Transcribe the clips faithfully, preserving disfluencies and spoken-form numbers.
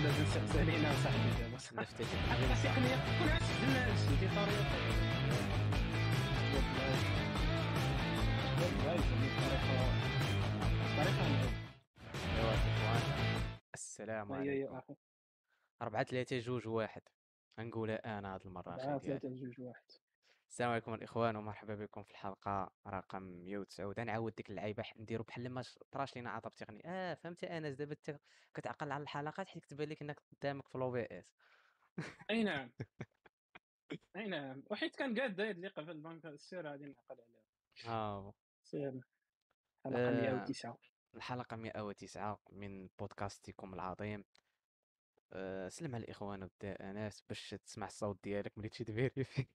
لازم نسقسي علينا صاحبي دابا نفتكر حتى تقنيه كون عاد سجلنا هادشي دي طريقه طريقه ايوا الاخوان، السلام ما هي عليكم. يا اخي أربعة ثلاثة جوج واحد، غنقولها انا هاد المره اخي أربعة ديالي. ثلاثة جوج واحد. السلام عليكم الاخوان ومرحبا بكم في الحلقه رقم مية وتسعة. نعاود ديك اللعيبه ح- نديرو بحال ما ش- طراش لينا عطب تقني. اه فهمت انس، دابا انت كتعقل على الحلقات حيت كتبان لك انك قدامك في لو بي اس. اي نعم، اي نعم، وحيت كان قاد داير اللي قبل البنك السير غادي نعقل عليها. ها هو. سير حلقه آه مئة وتسعة. الحلقه مية وتسعة من بودكاستكم العظيم. آه سلم على الاخوان وبدا انس باش تسمع الصوت ديالك ملي تشي تفيري فيه.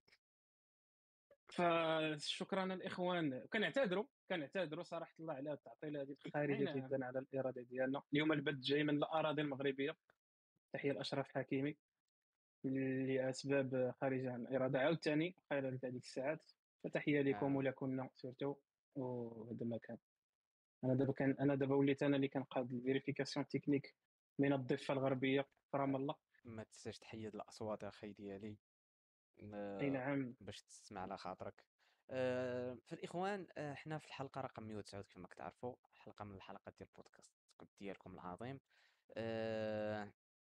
فشكرا الاخوان، كنعتذروا كنعتذروا صراحه الله على التعطيل هذه الخارجه نعم. جدا على الاراده ديالنا. اليوم البث جاي من الاراضي المغربيه، تحيه لاشرف الحكيمي لاسباب خارجه عن الاراده عاوتاني خلال هذيك الساعات. فتحيه لكم آه ولكن سيرتو. وهذا ما كان. انا دابا كان انا دابا وليت انا اللي كنقاد الفيريفيكاسيون تكنيك من الضفه الغربيه في رام الله. ما تنساش تحيد الاصوات اخي ديالي. اي آه، نعم. باش تسمع على خاطرك. آه، فالاخوان، آه، حنا في الحلقه رقم مية وتسعة كما كتعرفوا، حلقه من الحلقات ديال البودكاست ديالكم العظيم. آه،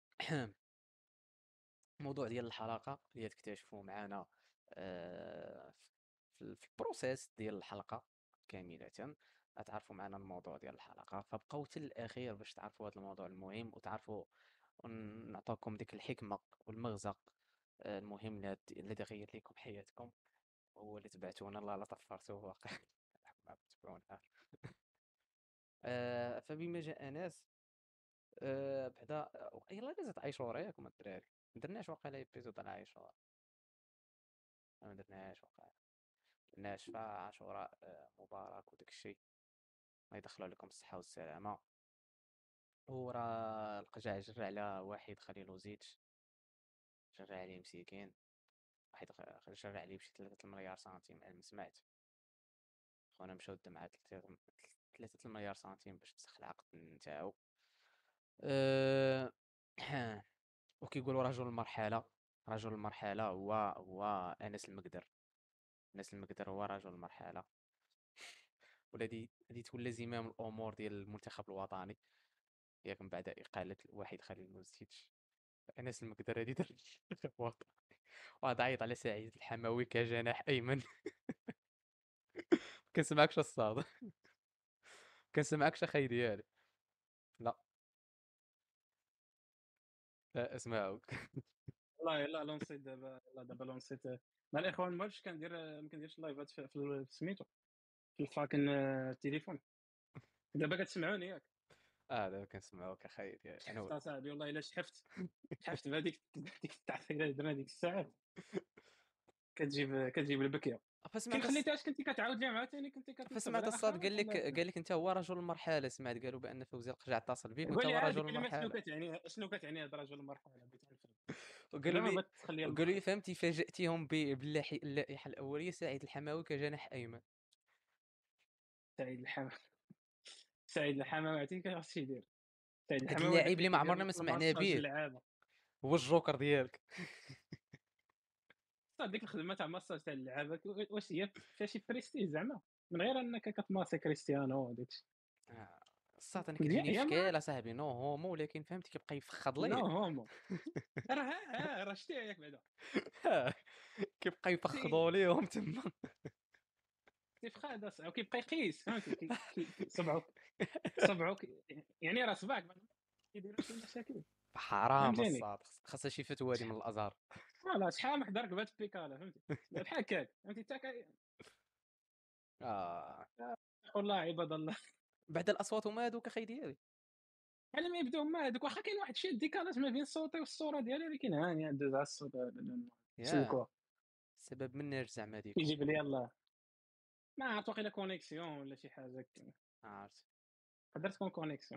الموضوع ديال الحلقه اللي تكتشفوا معنا آه، في في البروسيس ديال الحلقه كامله، تعرفوا معنا الموضوع ديال الحلقه، فبقاو حتى الاخير باش تعرفوا هذا الموضوع المهم وتعرفوا ونعطيكم ديك الحكمه والمغزى آه، المهم الذي الذي غير لكم حياتكم. هو اللي تبعتونا، الله لا طفرتوه واقع. ما تبعونا. آه فبما جاء ناس آه بعدا، يلا دازت عايشورا ياكم الدراري. ما درناش واقيلا ايبيزود على عايشورا، ما درناش واقيلا. درناش فعاشوراء آه مبارك وداك الشيء، الله يدخلوا عليكم الصحة والسلامة. وراه القجع جرى على واحد خليلو زيتش، جرى عليه مسكين. واحد غ- جرى عليه بشي ثلاثة المليار سنتيم على ما سمعت. خونا مشاو مع ثلاثة ثلاثة المليار سنتيم باش تسخ العقد نتاعو. أه... وكيقولوا رجل المرحلة، رجل المرحلة هو هو أنس المقدر. أنس المقدر هو رجل المرحلة. والذي الذي تولى زمام الأمور ديال المنتخب الوطني ياك من بعد إقالة الواحد خليل نوزيتش. أنس المقدر هذه دار المنتخب الوطني وهذا عيط على سعيد الحموي كجناح أيمن. كنسمعكش الصاد، كنسمعكش أخي ديالي. لا لا اسمعوك. والله يلا لونسيت دابا، يلا دابا لونسيت مع الاخوان. ما عرفتش كندير، ما كنديرش لايفات في في سميتو في الفاكن آه، التليفون. دابا كتسمعوني ياك؟ اه دابا كنسمعوك أخي ديالي أنا شحفت و... اصاحبي والله الا شحفت. شحفت بهذيك ديك التعطيله اللي درنا ديك الساعات. كتجيب كتجيب البكيه. كي فسمعت الص... خليتهاش كنتي كتعاود ليها عاوتاني كنتي كتنصب فسمعت على الصاد اخر قال لك ولا قال لك انت هو رجل المرحله. سمعت قالوا بان فوزي القجع اتصل بك وانت قول لي هو عاد، رجل كلمه شنو المرحله. كتعني، شنو كتعني هذا رجل المرحله بيت الفرد؟ وقالوا الا ما لي بغيت تخليها وقالوا المخ. لي فهمتي فاجأتهم ب- باللائحه اللائحة الاوليه سعيد الحماوي كجناح ايمن. سعيد الحمام. سعيد الحمام عرفتي كيخص يدير؟ سعيد هاد الحمام اللاعب هذاك اللي اللي ما كيدير عمرنا ما سمعنا الماساج به اللعابه. هو الجوكر ديالك. صار ديك الخدمه تاع ماساج تاع اللعابه واش هي فيها شي بريستيج زعما من غير انك كتماسي كريستيانو وداك الشيء؟ آه، الصاد انا مزيان كتجيني هي ما. اشكال اصاحبي نو هومو، ولكن فهمتي كيبقى يفخض نو ليه. هومو. راه ها- راه شتيها ياك بعدا. كيبقى شتي يفخضوا ليهم تما. تيفخاد اصاحبي وكيبقى يقيس، فهمتي كي كي كي- صبعو صبعو كي- يعني راه صباعك بعد ما كيديروا شي مشاكل. حرام فهمتيني؟ الصاد، خاصها شي فتوى هادي من الازهر. فوالا شحال من حدا ركبات بيكالا، فهمتي؟ بحال هكاك فهمتي حتى. اه والله عباد الله. بعد الاصوات هما هادوك اخي ديالي. على ما يبداو هما هذوك، واخا كاين واحد شي ديكالاج ما بين صوتي والصوره ديالي، ولكن هاني دوز على الصوت. ياه سلكوها. السبب مناش زعما ديكو. كيجيب لي الله. ما عرفت واقيلا كونيكسيون ولا شي حاجه هكا. عرفت. تقدر تكون كونيكسيون.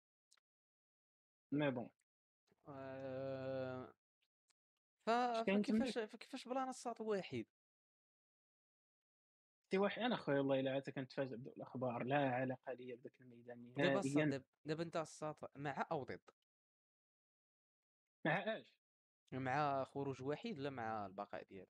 مي بون. آه، ف... اش كاين فكيفاش تماك؟ فكيفاش بلا نصات واحد. شي واحد انا خويا والله الا عاد كنتفاجئ بالاخبار لا علاقه لي بداك الميدان دابا الصاد نهائيا. دابا, دابا انت الصات مع او ضد؟ مع اش مع خروج وحيد ولا مع البقاء ديالو؟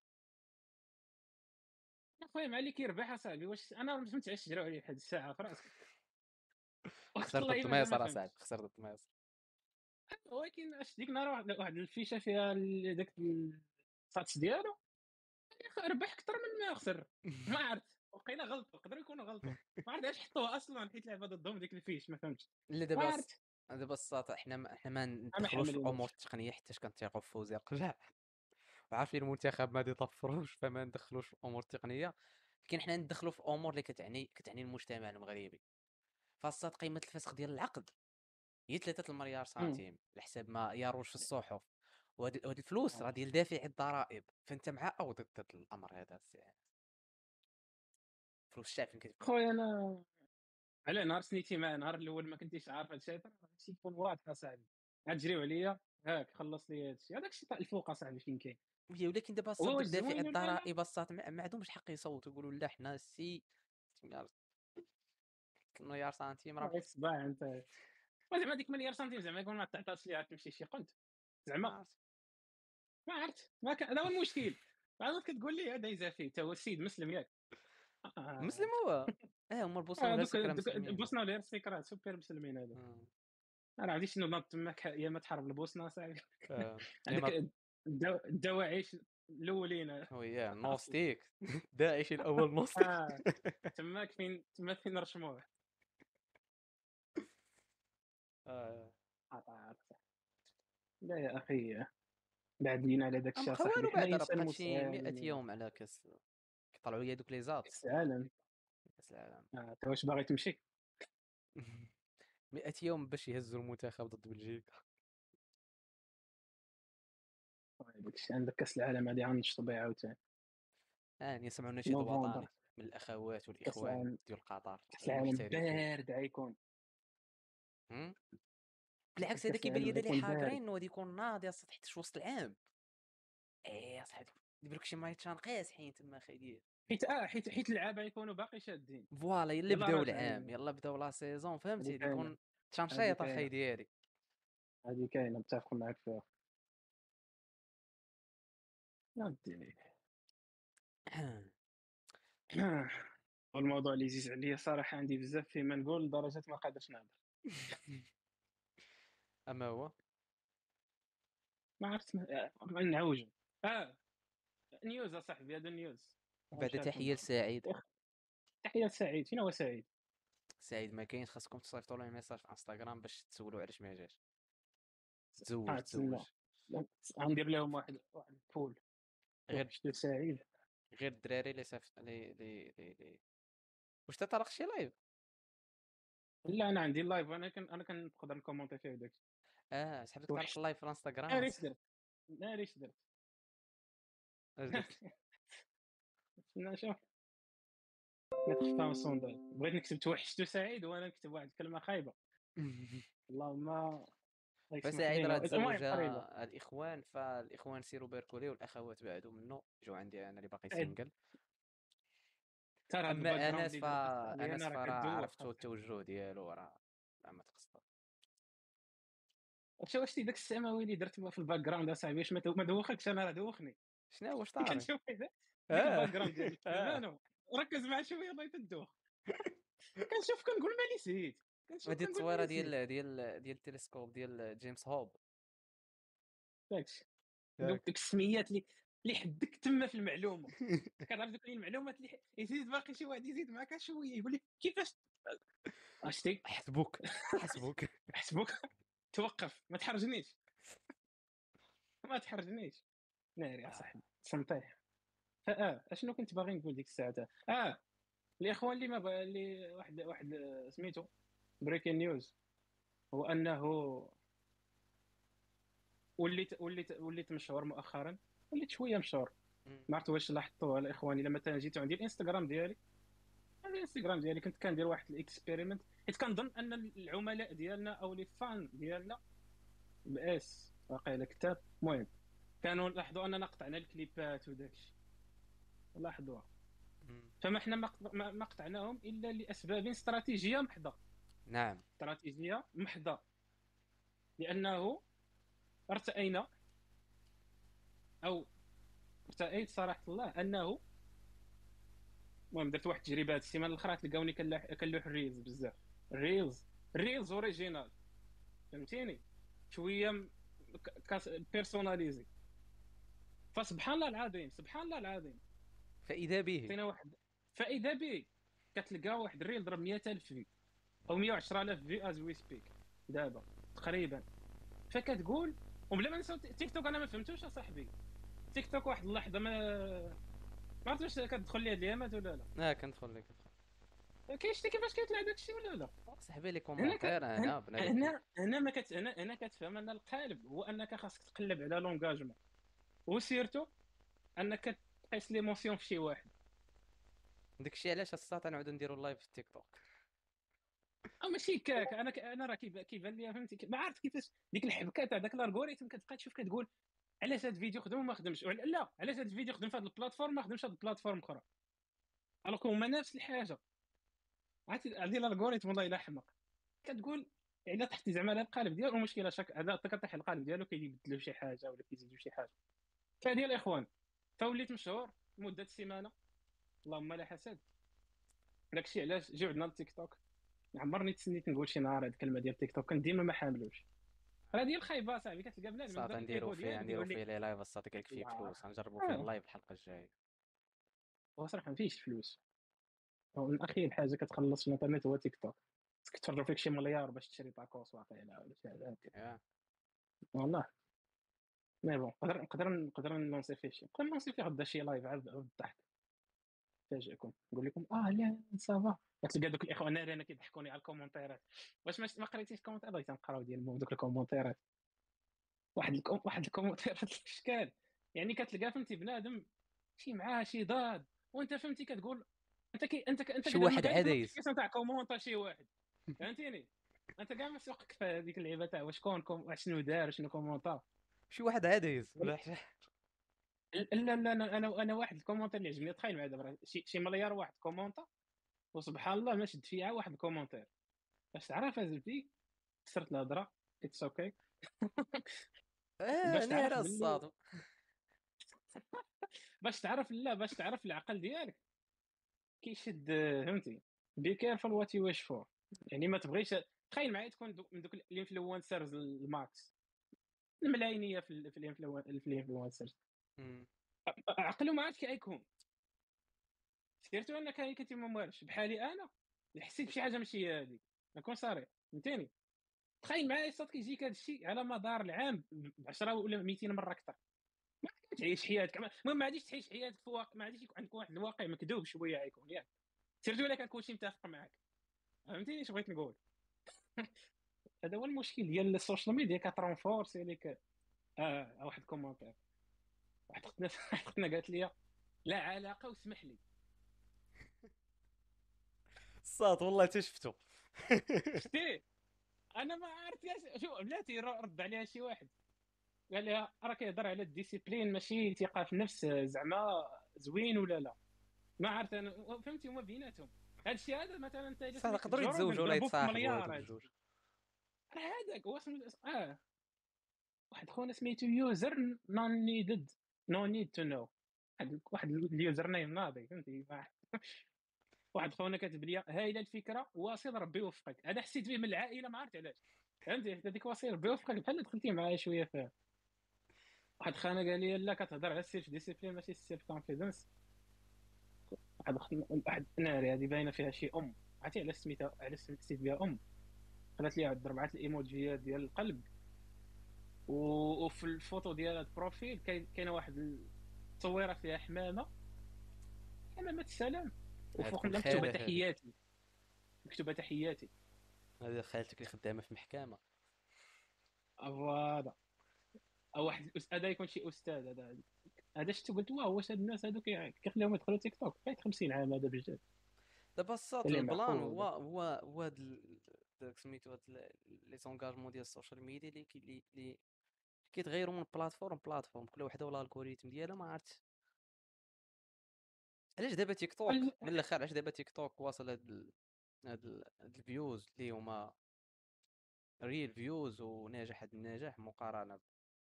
اخويا مع اللي كيربح اصاحبي. واش انا ما فهمتش علاش تجراو عليه بهاد الساعه في راسك. وقت خسر الله ضد مازال ما ميسر اصاحبي، فهمتش. خسر ضد ميسر. ولكن اش ديك النهار واحد واحد الفيشه فيها ال- داك الساتس ديالو، يا أخي ربح اكثر من ما خسر. ما عرفت، وقيلا غلطوا، يقدروا يكونوا غلطوا. ما عرفت علاش حطوها اصلا، حيت لعبه ضدهم ديك الفيش، ما فهمتش. لا ما دابا الص- عرفت. دابا الساط حنا ما حنا ما ما ندخلوش في الامور حمليناش. التقنيه حيت كنثيقوا في فوزي قلع، وعارفين المنتخب ما يطفروش فما ندخلوش في الامور التقنيه. لكن حنا ندخلوا في الامور اللي كتعني كتعني المجتمع المغربي. فالساط قيمه الفسخ ديال العقد هي ثلاثة المليار أمم. سنتيم على حساب ما يروج في الصحف. وهاد وهاد الفلوس راه ديال دافعي الضرائب، فانت مع او ضد هاد الامر هذا السي عام؟ فلوس الشعب فين كتمشي؟ خويا انا على نهار سنيتي معاه، النهار الاول ما كنتيش عارف هادشي، هذا هادشي يكون واضح اصاحبي. عاد تجريو عليا، هاك خلص لي هادشي، هذاك الشيء طاح الفوق اصاحبي فين كاين. وي ولكن دابا هو الصاد واش دوك دافعي زوين ولا لا؟ الضرائب الصاد ما ما عندهمش الحق يصوتوا يقولوا لا حنا سي مليار مليار سنتيم راه غير الصباح انت. زعما ديك مليار سنتيم زعما يكون ما تعطاش ليها تمشي شي قنت ما زعما. عرفت. ما عرفت، ما كان هذا هو المشكل. عاد كتقول لي هذا يزافي حتى هو السيد مسلم ياك. مسلم آه. هو. اه هما البوسنه آه، ولا دوك سكره دوك مسلمين هما. البوسنه ولا السكرات سوبر مسلمين هذا. آه. انا عرفتي شنو ناض تماك يا ما تحارب البوسنه صاحبي. آه. يا عندك ما الدو- الدواعش الاولين. وياه نوستيك داعش الاول نوستيك. اه تماك فين تما فين رشموه. آه. عرفت. لا يا اخي، بعد لينا على داك ما الشيء بقى صاحبي، والو حنا بعد، راه انسان بقات شي مئة مسالم. يوم على كاس، كيطلعوا ليا دوك لي زات كاس العالم. كاس العالم. آه، انت واش باغي تمشي؟ مئة يوم باش يهزوا المنتخب ضد بلجيكا. داك الشيء عندك كاس العالم هذه غنشطوا بها عاوتاني. اه يسمعوا النشيد نوفمبر. الوطني من الاخوات كاس والاخوان العالم. ديال قطر كاس العالم المحترفين. بارد غيكون. هم؟ بالعكس هذا كاس كيبان لي العالم هذا اللي غيكون بارد. حاقرين انه غادي يكون ناضي اصاحبي حتى في وسط العام. ايه صاحبي دير لك شي ماتشان قاصحين تما خايدين. حيت اه حيت حيت اللعابه يكونوا باقي شادين. فوالا يلا يلا بداو العام، راجعين. يلا بداو لا سيزون، هذه فهمتي كاينه. يكون هذه تنشيط كاينه. اخاي ديالي. هذه كاينه متفق معك فيها. ودي. والموضوع اللي يزيز عليا صراحه، عندي بزاف فيه ما نقول لدرجه ما قادرش نهضر. اما هو ما عرفت ما ما نعوج. اه نيوز اصاحبي، هذا النيوز. بعد واش عارف تحيه ندخل. لسعيد. تحيه لسعيد. فين هو سعيد؟ سعيد ما كاينش، خاصكم تصيفطوا له ميساج في انستغرام باش تسولوا علاش ما جاش. تزوج اه تزوج. تسنى. غندير لهم واحد واحد البول. غير شتو سعيد. غير الدراري اللي صيفط لي لي لي لي واش تطرق شي لايف؟ لا انا عندي اللايف، انا كن انا كنقدر نكومونتي فيه داك. اه سحبت طرق وحش. اللايف في الانستغرام. ناري اش درت. ناري اش درت. اش درت؟ نشوف. نتخفى من الصندوق، بغيت نكتب توحشتو سعيد وانا نكتب واحد الكلمه خايبه. اللهم الله يسمح فسعيد راه لينا. المهم تزوج قريبه. الاخوان، فالاخوان سيروا باركولي والاخوات بعدوا منه جو عندي انا اللي باقي سعيد سينجل. ترى هاد الباك اما جراوند انس اللي درت اصاحبي فانس انا راه فراه كدوخ عرفتو اصاحبي. التوجه ديالو راه راه ما تقصد. شو واش داك السماوي اللي درت في الباك جراوند اصاحبي، واش ما تو- ما دوخكش؟ انا راه دوخني. شنو هو شطاري؟ كنشوف ديك اه الباك جراوند ديال اه السمانه، ركز مع شويه الله تدوخ. كنشوف كنقول مالي سيت. كنشوف هادي كنقول التصويره مالي سيت. ديال ديال ديال التلسكوب ديال جيمس هوب. داكشي. دوك ياك. دوك السميات اللي اللي حدك تما في المعلومه. كتعرف دوك المعلومات اللي يزيد باقي شي واحد يزيد معك شويه يقول لك كيفاش. عرفتي. حسبوك حسبوك. حسبوك. توقف ما تحرجنيش. ما تحرجنيش. ناري يا صاحبي سنطيح. فاه اشنو كنت باغي نقول ديك الساعه؟ اه الاخوان اللي ما بغا اللي واحد واحد آه، سميتو بريكين نيوز، هو انه وليت وليت وليت مشهور مؤخرا. وليت شويه مشهور. ما عرفت واش لاحظتوها الاخوان. الا مثلا جيتو عندي الانستغرام ديالي، عندي الانستغرام ديالي كنت كندير واحد الاكسبيريمنت، حيت كنظن ان العملاء ديالنا او لي فان ديالنا باس واقيلا كتاب. المهم كانوا لاحظوا اننا قطعنا الكليبات وداك الشيء، لاحظوها. فما حنا ما قط- ما- ما قطعناهم الا لاسباب استراتيجيه محضه. نعم. استراتيجيه محضه. لانه ارتأينا او ارتأيت صراحه الله انه، المهم درت واحد التجربه هاد السيمانه الاخرى تلقاوني كنلوح كنلوح الريلز بزاف. الريلز الريلز اوريجينال، فهمتيني، شويه بيرسوناليزي. فسبحان الله العظيم، سبحان الله العظيم، فاذا به. عطينا واحد، فاذا به كتلقى واحد الريل ضرب مية ألف في او مية وعشرة آلاف في از وي سبيك دابا تقريبا. فكتقول، وبلا ما نساو تيك توك انا ما فهمتوش اصاحبي. تيك توك واحد اللحظه ما ما عرفت واش كتدخل لي هاد الايامات ولا لا. اه كندخل لك. كيشتي كيفاش كيطلع داك الشيء ولا لا. صاحبي لي هنا ك... كومونتير هنا انا بنادم كي هنا هنا ما كت... هنا هنا كتفهم ان القالب هو انك خاصك تقلب على لونجاجمون، وسيرتو انك تقيس ليموسيون في شي واحد. داكشي علاش الساط نعاودو نديرو لايف في التيك توك. او ماشي كاك، انا ك... انا راه كيب- كيبان لي فهمتي، ما عرفت كيفاش ديك الحبكه تاع داك الالغوريثم كتبقى تشوف كتقول علاش هذا الفيديو خدم وما خدمش، وعلا- لا علاش هذا الفيديو خدم في هذه البلاتفورم ما خدمش في هذه البلاتفورم اخرى، الوغ هما نفس الحاجه. عرفتي هذه الالغوريثم والله الا حمق. كتقول الا طحتي زعما على القالب ديالو المشكله شك هذا كطيح القالب ديالو كيبدلوا شي حاجه ولا كيزيدوا شي حاجه. فهذه الاخوان، فوليت مشهور مده سيمانه، اللهم لا حسد. داكشي علاش جا عندنا التيك توك. عمرني تسنيت نقول شي نهار هاد الكلمه ديال التيك توك، كنت ديما ما حاملوش. راه ديال الخايبه صاحبي، كتلقى بنادم الساط عنده نديرو الايغو فيه ديالو نديرو كيقول فيه لك لي لايف الساط قالك فيه لا. فلوس غنجربو فيه اه اللايف الحلقه الجايه. هو صراحه ما فيهش فلوس. هو من اخير حاجه كتخلص في الانترنت هو تيك توك. خصك تفرغ فيك شي مليار باش تشري طاكوس واقيلا ولا شي حاجه هكا. يا والله. مي بون نقدر نقدر نقدر نلونسي فيه شي، نقدر نلونسي فيه غدا شي لايف عاد بالضحك. نفاجئكم نقول لكم اه لا صافا. كتلقى دوك الاخوان انا كيضحكوني على الكومونتيرات. واش ما ما قريتيش الكومونتير؟ بغيت نقراو ديال دوك الكومونتيرات. واحد الكوم... واحد الكومونتيرات الاشكال. يعني كتلقى فهمتي بنادم شي معاه شي ضاد، وانت فهمتي كتقول انت كي انت ك... انت شي قدام واحد غير ديك عاديز. النوتيفيكيشن تاع كومونتا شي واحد، فهمتيني. انت كاع ما سوقك في هذيك اللعيبه تاع واش كون كوم... شنو دار شنو كومونتا. شي واحد عاديز ولا حاجه. لا لا لا، انا انا انا واحد الكومونتير اللي عجبني، تخيل معايا دابا شي شي مليار واحد كومونتا، وسبحان الله ما شد فيها واحد الكومونتير. باش تعرف ازلتي كسرت الهضره. اتس اوكي. اه باش نير تعرف باللي، الساط. باش تعرف لا باش تعرف العقل ديالك كيشد، فهمتي. بي كيرفول وات يو ويش فور. يعني ما تبغيش، تخيل معايا تكون دو- من دوك الانفلونسرز الماكس، الملايينيه في ال- في الانفلو- في الانفلونسرز. مم. عقله ما عرفتش كي غيكون. سيرتو انك هاي كنتي ما موالفش بحالي انا، حسيت بشي حاجه ماشي هي هذيك، نكون صريح فهمتيني. تخيل معايا صوت كيجيك هذا الشيء على مدار العام ب عشرة ولا ميتين مره اكثر. ما تعيش حياتك، المهم ما غاديش تعيش حياتك في واقع، ما غاديش يكون عندك واحد الواقع مكذوب شويه غيكون ياك. سيرتو الا كنكون شي متفق معاك، فهمتيني اش بغيت نقول. هذا هو المشكل ديال السوشيال ميديا، كترونفورسي لك. اه واحد كومونتير، واحد اختنا واحد اختنا قالت لي لا علاقه واسمح لي. الساط والله تشفتو. شتي انا ما عرفت ياش شو بلاتي رد عليها شي واحد قال لها راه كيهضر على الديسيبلين ماشي ثقه في النفس زعما زوين ولا لا. ما عرفت انا فهمتي هما بيناتهم. هذا الشيء هذا مثلا انت الا الساط سميتك يقدروا جو روغن يتزوجوا ولا ضربوه في يتصاحبوا هادو مليار هذا بجوج. الشيء. راه هذاك هو اسمه اه. واحد خونا سميتو يوزر نون نيدد، نو نيد تو نو. واحد واحد اليوزر نيم ناضي فهمتي. واحد خونا كاتب لي هايله الفكره واصل ربي يوفقك. انا حسيت به من العائله ما عرفت علاش، فهمتي هذيك واصل ربي يوفقك بحال دخلتي معايا شويه فيها. واحد خانه قال لي لا كتهضر على السيلف ديسيبلين ماشي السيلف كونفيدنس. واحد خ- واحد ناري هذه باينه فيها شي ام. عرفتي علاش سميتها علاش سميت بها ام؟ خلات لي واحد اربعه الايموجيات ديال القلب، و- وفي الفوتو ديال البروفيل كاين- كاينه واحد التصويره فيها حمامه، حمامه السلام، هاد وفوق تكون منها مكتوبه خاله هذه. تحياتي. مكتوبه تحياتي. هذه خالتك اللي خدامه في محكمه. فوالا. او واحد الأس- هذا يكون شي استاذ هذا. هذا شفتو قلت واه واش هاد الناس هادو كي- كيخليهم يدخلوا تيك توك فايت خمسين عام هذا بجد. دابا الساط اللي البلان هو معقول. هو هو هاد ال- داك سميتو هاد ال- لي زونغاجمون ديال السوشيال ميديا اللي كي- اللي اللي كيتغيروا من بلاتفورم بلاتفورم، كل وحده والالغوريثم ديالها ما عرفتش علاش دابا تيك توك ال- من الاخر. علاش دابا تيك توك واصل هاد ال... هاد ال... هاد الفيوز اللي هما ريل فيوز وناجح هاد النجاح مقارنه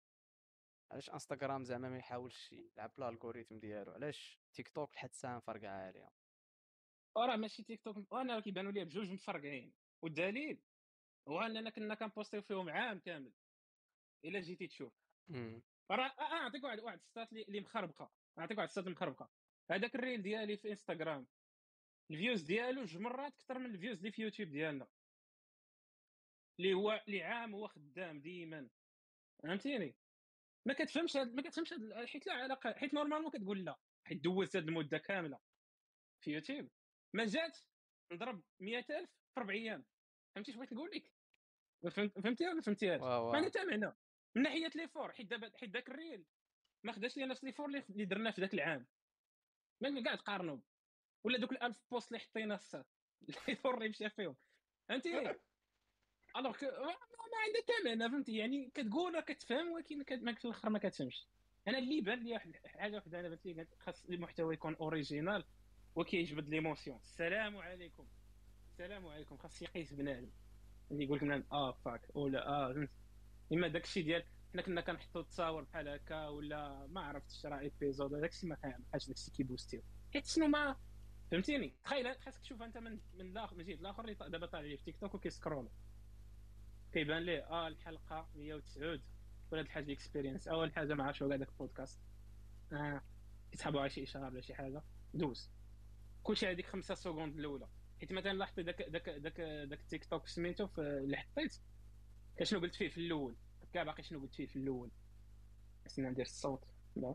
علاش انستغرام زعما ما يحاولش يلعب الالغوريثم ديالو؟ علاش تيك توك لحد الساعه مفرقعه عليها؟ وراه ماشي تيك توك، وانا كيبانوا لي بجوج مفرقعين، والدليل هو اننا كنا كنبوستيو فيهم عام كامل. الا جيتي تشوف امم راه آه، آه، نعطيك واحد واحد السطات اللي اللي مخربقه، نعطيك واحد السطات اللي مخربقه. هذاك الريل ديالي في انستغرام الفيوز ديالو جوج مرات اكثر من الفيوز اللي في يوتيوب ديالنا، اللي هو اللي عام هو خدام ديما. فهمتيني؟ ما كتفهمش هاد ما كتفهمش هاد حيت لا علاقه، حيت نورمالمون كتقول لا، حيت دوزت هاد المده كامله في يوتيوب ما جات نضرب مية ألف في ربع ايام. فهمتي اش بغيت نقول لك؟ فهمت فهمتيها ولا فهمتيهاش؟ واه ما عندها واه حتى معنى من ناحيه لي فور، حيت دابا حيت داك الريل ما خداش ليا نفس لي فور اللي اللي درنا في ذاك العام. ما كاع تقارنوا، ولا دوك الألف بوست اللي حطينا السات لي فور اللي مشى فيهم. فهمتيني؟ الوغ كو ما ما عندها حتى معنى. فهمتي يعني كتقول راه كتفهم، ولكن كت- ما في الاخر ما كتفهمش. انا اللي بان لي واحد حاجه وحده، انا بانت لي خاص المحتوى يكون اوريجينال وكيجبد ليموسيون. السلام عليكم، السلام عليكم، خاص يقيس بنادم اللي يقول لك بنادم اه فاك ولا اه فهمت. اما داك الشيء ديال حنا كنا كنحطوا تصاور بحال هكا، ولا ما عرفتش راه ايبيزود، داك الشيء ما كيبقاش داك الشيء كيبوستيو. حيت شنو ما فهمتيني. تخيل خاصك تشوف انت من من الاخر، من جهه الاخر اللي دابا طالع ليه في تيك توك وكيسكرول، كيبان ليه اه الحلقه مية وتسعة ولا هاد الحاجه الاكسبيرينس، اول حاجه ما عرفتش هذاك البودكاست، اه كيسحبوا على شي اشاره ولا شي حاجه، دوز كلشي هذيك خمسة سكوند الاولى. حيت مثلا لاحظت داك داك داك داك التيك توك سميتو في اللي حطيت، كان شنو قلت فيه في الاول، كاع باقي شنو قلت فيه في الاول. خصني ندير الصوت، لا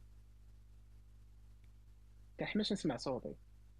كنحماش نسمع صوتي.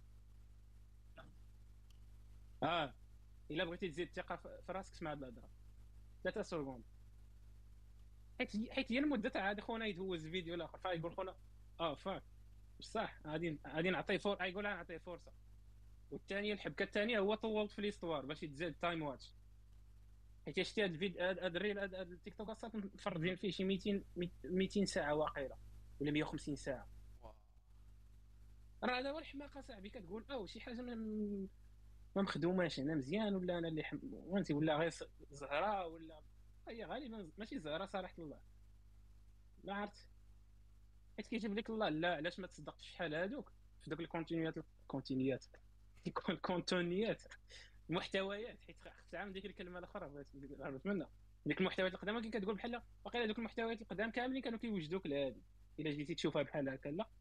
اه الا بغيتي تزيد الثقه في في راسك اسمع هاد الهضره، ثلاثة سكوند. حيت حيت هي المده تاع هذا خونا يدوز فيديو الاخر فيقول خونا اه فاك بصح غادي غادي نعطيه فور، يقول انا نعطيه فرصه. والثانيه الحبكه الثانيه هو طولت في ليستوار باش يتزاد تايم واتش. حيت شتي هذا الفيديو، هذا الريل، هذا التيك توك اصلا مفرضين فيه شي ميتين ميتين ساعه واقيلا، ولا مية وخمسين ساعه. واه. راه هذا هو الحماقه صاحبي، كتقول او شي حاجه ما ما مخدوماش هنا مزيان، ولا انا اللي حم... وانت ولا غير زهره، ولا هي غالبا ماشي زهره صراحه الله ما عرفت. حيت كيجيب لك الله لا علاش ما تصدقتش شحال هذوك في دوك الكونتينيات الكونتينيات الكونتونيات المحتويات. حيت خفت عام ديك الكلمه الاخرى بغيت هربت منها. ديك المحتويات القدام كي كتقول بحال باقي هذوك المحتويات القدام كاملين كانوا كيوجدوك لهادي، الا جيتي تشوفها بحال هكا لا.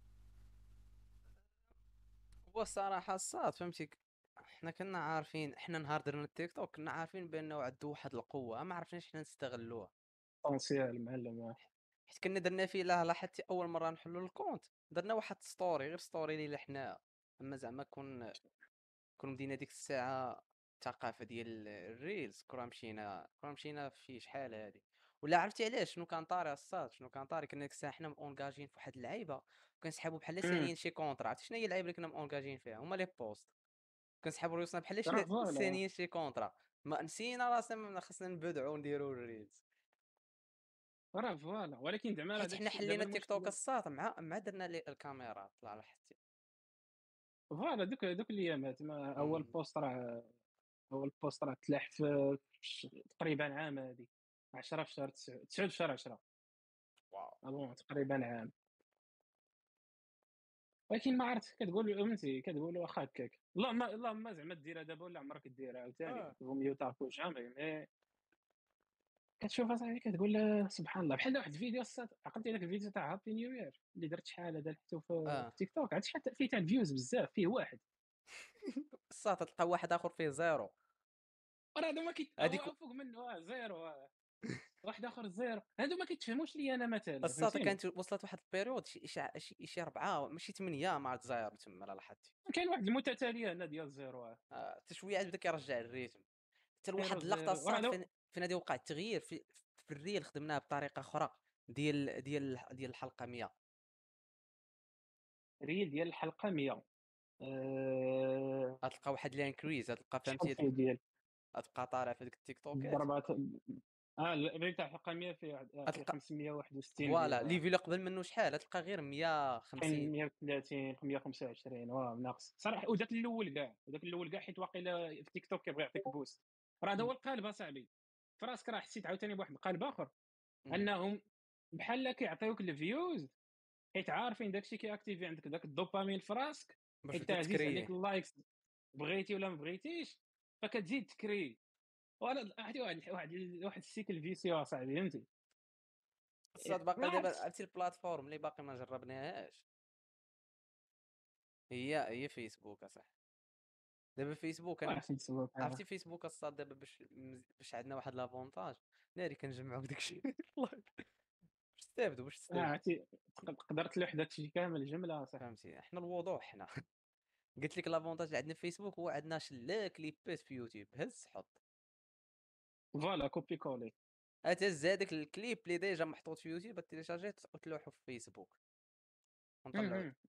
هو الصراحه الصاد فهمتي، حنا كنا عارفين، حنا نهار درنا التيك توك كنا عارفين بانه عنده واحد القوه، ما عرفناش حنا نستغلوها. بونسيال معلم. حيت كنا درنا فيه، لا لاحظتي اول مره نحلوا الكونت درنا واحد ستوري، غير ستوري اللي حنا، اما زعما كون كون بدينا ديك الساعه الثقافه ديال الريلز، كنا مشينا كنا مشينا في شحال هادي. ولا عرفتي علاش شنو كان طاري الصاد؟ شنو كان طاري؟ كنا ديك الساعه حنا مونجاجين في واحد اللعيبه، وكنسحبوا بحال امم سانيين شي كونطرا. عرفتي شنو هي اللعيبه اللي كنا مونجاجين فيها؟ هما لي بوست. كنسحبوا راسنا بحال راه شي فوالا، سانيين شي كونطرا. ما نسينا راسنا ما خصنا نبدعوا ونديروا الريلز. راه فوالا، ولكن زعما راه حيت داك حنا الشيء دابا حلينا التيك توك المشكله. الساط مع مع درنا لي الكاميرات، لا لاحظتي؟ فوالا دوك دوك الايامات، ما اول مم. بوست راه اول بوست راه تلاح في في تقريبا عام هذه، عشرة في شهر تسعة، تسعة في شهر عشرة. واو. بون تقريبا عام. ولكن ما عرفت كتقول فهمتي، كتقول واخا هكاك اللهم اللهم زعما ديرها دابا ولا عمرك ديرها عاوتاني، اه. فو ميو تار كو جامي. مي كتشوف اصاحبي كتقول لا سبحان الله. بحال واحد الفيديو الصاد، عقلتي داك الفيديو تاع هابي نيو يير اللي درت شحال هذا لحتو في اه. في تيك توك، عرفت شحال فيه تاع فيوز بزاف، فيه واحد. الساط تلقى واحد اخر فيه زيرو. راه هادو ما كيت هذيك هو فوق منه اه زيرو اه. واحد اخر زيرو، هادو ما كيتفهموش لي انا مثلا. الساط فهمتيني؟ كانت وصلت واحد البيريود شي شي شي, شي اربعه ماشي ثمانيه مع زيرو تما، لا لاحظتي؟ كاين واحد المتتاليه هنا ديال زيرو اه. آه، حتى شويه عاد بدا كيرجع الريتم. حتى زيرو لواحد اللقطه زيرو وراه الساط لو فين فين غادي يوقع التغيير في في الريل، خدمناها بطريقه اخرى ديال ديال ديال الحلقه مية. ريل ديال الحلقه مية. أه... غتلقى واحد الانكريز، غتلقى شحال فهمتي فيه ديك، ديال غتبقى طالع في ديك التيك توكات. الضربات. اه الريل تاع الحلقه مية فيه واحد- آه فيه غتلقى خمسمية وواحد وستين فوالا فيو لي اه. فيو اللي قبل منه شحال، غتلقى غير مية وخمسين. كاين مية وثلاثين مية وخمسة وعشرين واه ناقص صراحه. وداك الاول كاع، وداك الاول كاع حيت واقيلا في تيك توك كيبغي يعطيك بوست. راه هذا هو القالب اصاحبي. فراسك راه حسيت عاوتاني بواحد القالب اخر، مم. انهم بحال كيعطيوك الفيوز، حيت عارفين داكشي كياكتيفي عندك داك الدوبامين في راسك، باش حيت تبدا عزيز عليك تكري. اللايكس، بغيتي ولا ما بغيتيش فكتزيد تكري. وانا عرفتي واحد واحد واحد السيكل فيسيو اصاحبي، فهمتي؟ الصاد ما باقي دابا عرفتش. عرفتي البلاتفورم اللي باقي ما جربناهاش، هي هي فيسبوك اصاحبي. دابا فيسبوك انا واه مت... فين سبب عرفتي فيسبوك الصاد دابا باش مز- باش عندنا واحد لافونتاج ناري كنجمعوا داكشي والله باش تستافدوا باش تستافدوا. عرفتي تقدر تلوح داكشي كامل جمله صح. فهمتي احنا الوضوح حنا قلت لك لافونتاج اللي عندنا في فيسبوك هو عندناش لا كليبات في يوتيوب، هز حط فوالا كوبي كولي. هتهز هذاك الكليب اللي ديجا محطوط في يوتيوب تيليشارجيه وتلوحو في فيسبوك ونطلعوه. اها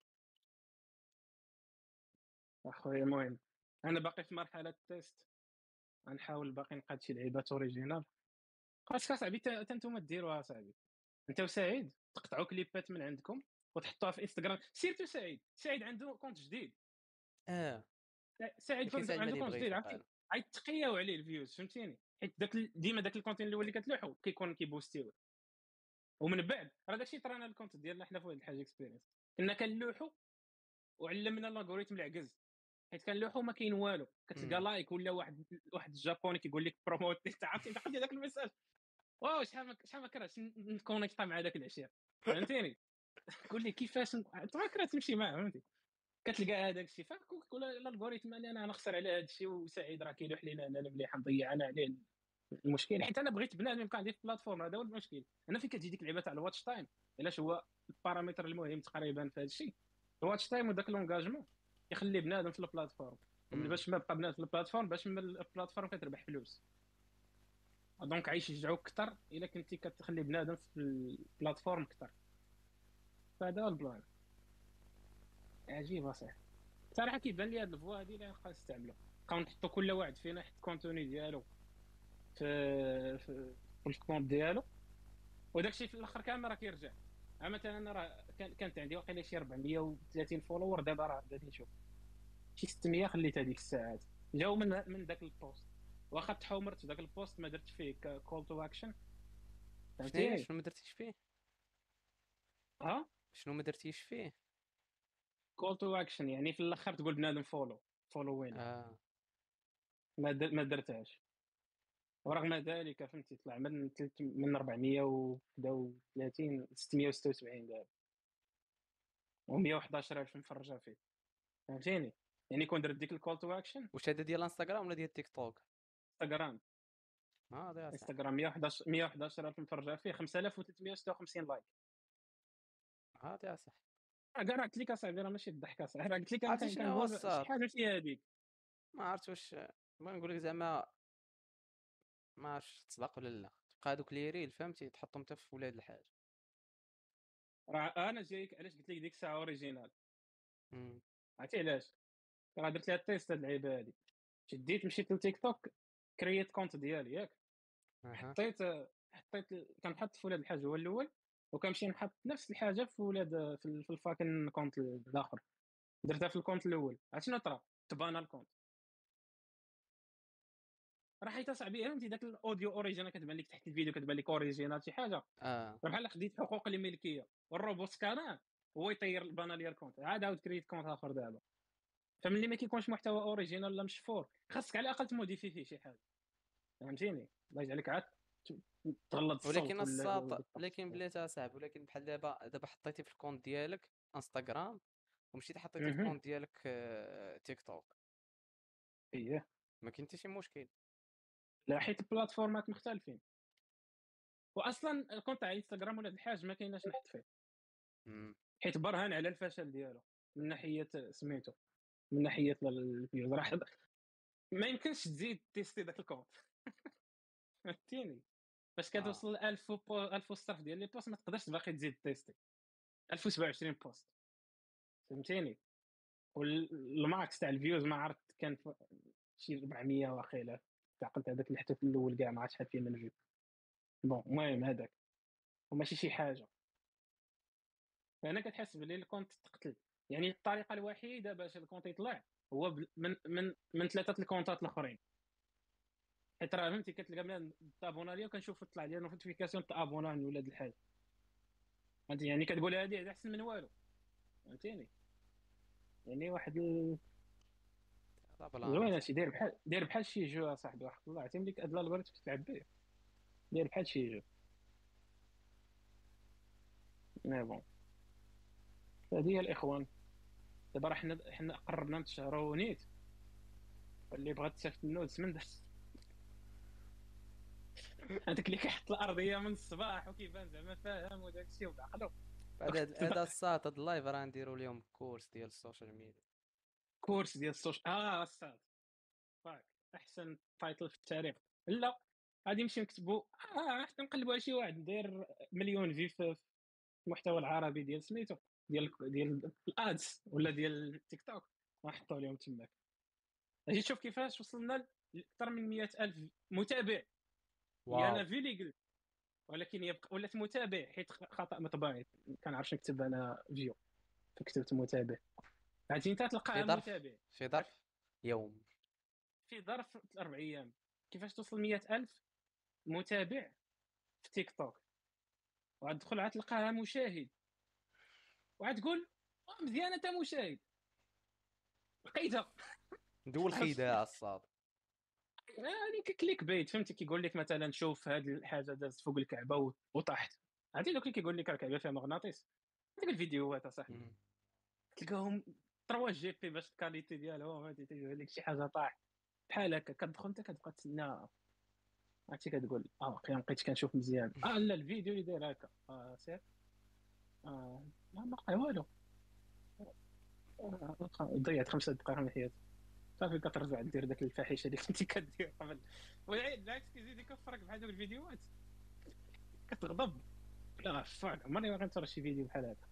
اخويا المهم، انا باقي في مرحله تيست، غنحاول باقي نقاد شي لعيبات اوريجينال. خاصك اصاحبي تا تا نتوما ديروها اصاحبي، انت وسعيد تقطعوا كليبات من عندكم وتحطوها في انستغرام. سيرتو سعيد، سعيد عنده كونت جديد. اه سعيد ولكن كنت سعيد ما عنده كونت جديد، تيبغيش عرفتي؟ وقال. غيتقياو عليه الفيوز، فهمتيني؟ حيت داك ال- ديما داك الكونتين الاول اللي كتلوحو كيكون كيبوستيو، ومن بعد راه داكشي طرانا الكونت ديالنا حنا في واحد الحاجه اكسبيرينس. كنا كنلوحو وعلمنا الالغوريثم العكز، حيت كنلوحو ما كاين والو، كتلقى امم لايك ولا واحد واحد الجابوني كيقول لك بروموت انت عرفتي، انت قلتي داك الميساج. واو شحال ما شحال ما كرهتش نكونيكتا مع داك العشير، فهمتيني؟ قول لي كيفاش ن- انت ما كره تمشي معاه، فهمتي؟ كتلقى هذاك الشيء فكل الالغوريثم اللي انا نخسر على هذا الشيء، وسعيد راه كيلوح لينا انا مليح نضيع انا عليه المشكل. حيت انا بغيت بنادم يبقى عندي في البلاتفورم، هذا هو المشكل. انا فين كتجي ديك اللعبه تاع الواتش تايم، علاش هو البارامتر المهم تقريبا في هذا الشيء. الواتش تايم وداك لونجاجمون يخلي بنادم في البلاتفورم، ومن امم باش ما بقى بنادم في البلاتفورم باش من البلاتفورم كتربح فلوس. دونك عايش يشجعوك اكثر الا كنتي كتخلي بنادم في البلاتفورم اكثر. فهذا هو البلان. عجيب اصاحبي، صراحه كيبان لي هاد الفوا هادي اللي غنبقى نستعملو، نبقاو نحطو كل واحد فينا يحط كونتوني ديالو في في, في الكونت ديالو، وداك الشيء في الاخر كامل راه كيرجع. ها مثلا انا راه كان- كانت عندي واقيلا شي أربعمية وثلاثين فولور، دابا راه غادي نشوف شي ستمية خليت هذيك الساعات جاو من من ذاك البوست. واخا تحومرت في ذاك البوست ما درت فيه كول تو اكشن، شنو هي فهمتيني؟ شنو ما درتيش فيه؟ ها شنو ما درتيش فيه؟ كول تو اكشن يعني في الاخر تقول بنادم فولو فولويني، اه ما در- ما درتهاش. ورغم ذلك فهمتي طلع من تلت- من أربعمية وكذا وثلاثين ستمية وستة وسبعين دابا، و111000 الف مفرجه فيه، فهمتيني؟ يعني كون درت ديك الكول تو اكشن. واش هذا ديال انستغرام ولا ديال تيك توك؟ انستغرام، اه هذا صح. انستغرام مية وحداش مية وحداش الف مفرجه فيه، خمسة آلاف وثلاثمية وستة وخمسين لايك. اه هذا صح. آه، كاع راه قلت لك اصاحبي، راه ماشي الضحك اصاحبي، راه قلت لك انا عرفتي كان- شنو هو كنقول شي الصاد؟ حاجه ماشي هذيك. ما عرفت واش بغا نقول لك زعما ما عرفتش تصدق ولا لا، تبقى هذوك لي ريل فهمتي تحطهم حتى في ولاد الحاج. راه انا جايك علاش قلت لك ديك الساعه اوريجينال، امم عرفتي علاش؟ راه درت لها تيست هاد اللعيبه هادي. شديت مشيت لتيك توك، كرييت كونت ديالي ياك، اها حطيت حطيت كنحط في ولاد الحاج هو الاول، وكنمشي نحط نفس الحاجه في ولاد في ال- في الفاكن كونت الاخر. درتها في الكونت الاول، عرفت شنو طرا؟ تبانا الكونت. راه حيت اصاحبي فهمتي داك الاوديو اوريجينال كتبان لك تحت الفيديو، كتبان لك اوريجينال شي حاجه، اه راه بحال خديت حقوق الملكيه والروبوت سكانر هو يطير البانا ليا الكونت، عاد عاود كريت كونت اخر دابا. فملي ما كيكونش محتوى اوريجينال ولا مشفور خاصك على الاقل تموديفي فيه شي حاجه، فهمتيني؟ الله يجعلك عاد تغلط ولكن الصوت ولا الساط ولا لكن التقص. بلاتي اصاحبي، ولكن بحال دابا دابا حطيتي في الكونت ديالك انستغرام ومشيتي حطيتي في اها الكونت ديالك آه، تيك توك، اييه. ما كاين حتى شي مشكل. لا حيت البلاتفورمات مختلفين، واصلا الكونت تاع انستغرام ولا الحاج ما كايناش نحط فيه، امم حيت برهان على الفشل ديالو من ناحيه سميتو، من ناحيه الفيوز. راح ما يمكنش تزيد تيستي ذاك الكونت، فهمتيني؟ فاش اه كتوصل ألف وبو... ألف وصرف ديال لي بوست ما تقدرش باقي تزيد تيستي ألف وسبعة وعشرين بوست، فهمتيني؟ والماكس تاع الفيوز ما عرفت كان ف- شي أربعمية واقيلا، تعقلت هذاك اللي حطيت الاول كاع ما عرفت شحال فيه من فيو. بون المهم هذاك وماشي شي حاجه. فهنا كتحس بلي الكونت تقتل. يعني الطريقه الوحيده باش الكونت يطلع هو بل- من من من ثلاثه الكونتات الاخرين، حيت راه فهمتي كتلقى بنادم تابونا ليا وكنشوف طلع لي نوتيفيكاسيون تابونا من ولاد الحاج، فهمتي يعني كتقول هذه هذه احسن من والو، فهمتيني. يعني واحد ال- لا بلا زوين نصح. هادشي، داير بحال داير بحال شي جو اصاحبي، واحد الله عرفتي ملي هاد الالغوريثم تلعب به، داير بحال شي جو. مي بون، هذه هي الاخوان. دابا راه حنا حنا قربنا نتشهروا نيت، اللي بغى تشافت النودز من داك هذاك اللي كيحط الارضيه من الصباح وكيبان زعما فاهم وداك الشيء وبعقلو. بعد هاد هذا الساط هاد اللايف راه نديرو ليهم كورس ديال السوشيال ميديا. كورس ديال السوشيال، اه استاذ فاك، احسن تايتل في التاريخ. لا غادي نمشي نكتبوا، اه حتى نقلبوا على شي واحد داير مليون في في المحتوى العربي ديال سميتو، ديال ديال الادز ولا ديال التيك توك، غنحطوا لهم تماك. اجي تشوف كيفاش وصلنا لاكثر من مئة ألف متابع. هي واو. انا فيلي قلت، ولكن يبقى ولات متابع حيت خطا مطبعي، كنعرفش نكتب انا فيو فكتبت متابع. عرفتي انت في تلقاها ظرف متابع. في عرفت؟ ظرف يوم. في ظرف اربع ايام كيفاش توصل مئة ألف متابع في تيك توك، وعاد تدخل عاد تلقاها مشاهد، وعاد تقول آه، مزيانه انت مشاهد، لقيتها. ندول خداع الصاد. هذيك كليك بيت، فهمتي، كيقول لك مثلا شوف هذه الحاجه دازت فوق الكعبه و- وطاحت. عرفتي دوك اللي كيقول لك الكعبه فيها مغناطيس، هذيك الفيديوهات اصاحبي مم. تلقاهم ثلاثة جي بي باش الكاليتي ديالهم، فهمتي، تيجيب لك شي حاجه طاح بحال هكا، كتدخل انت كتبقى تسنى، عرفتي كتقول اه واقيلا بقيت كنشوف مزيان، اه لا الفيديو اللي داير هكا اه سير، اه لا ما بقى والو، آه، ضيعت خمسة دقائق من حياتي. صافي كترجع دير داك الفاحشه اللي كنتي كدير قبل، بالعكس كيزيد يكفرك بحال دوك الفيديوهات، كتغضب. لا فعلا عمرني ما غنتفرج شي فيديو بحال هذا.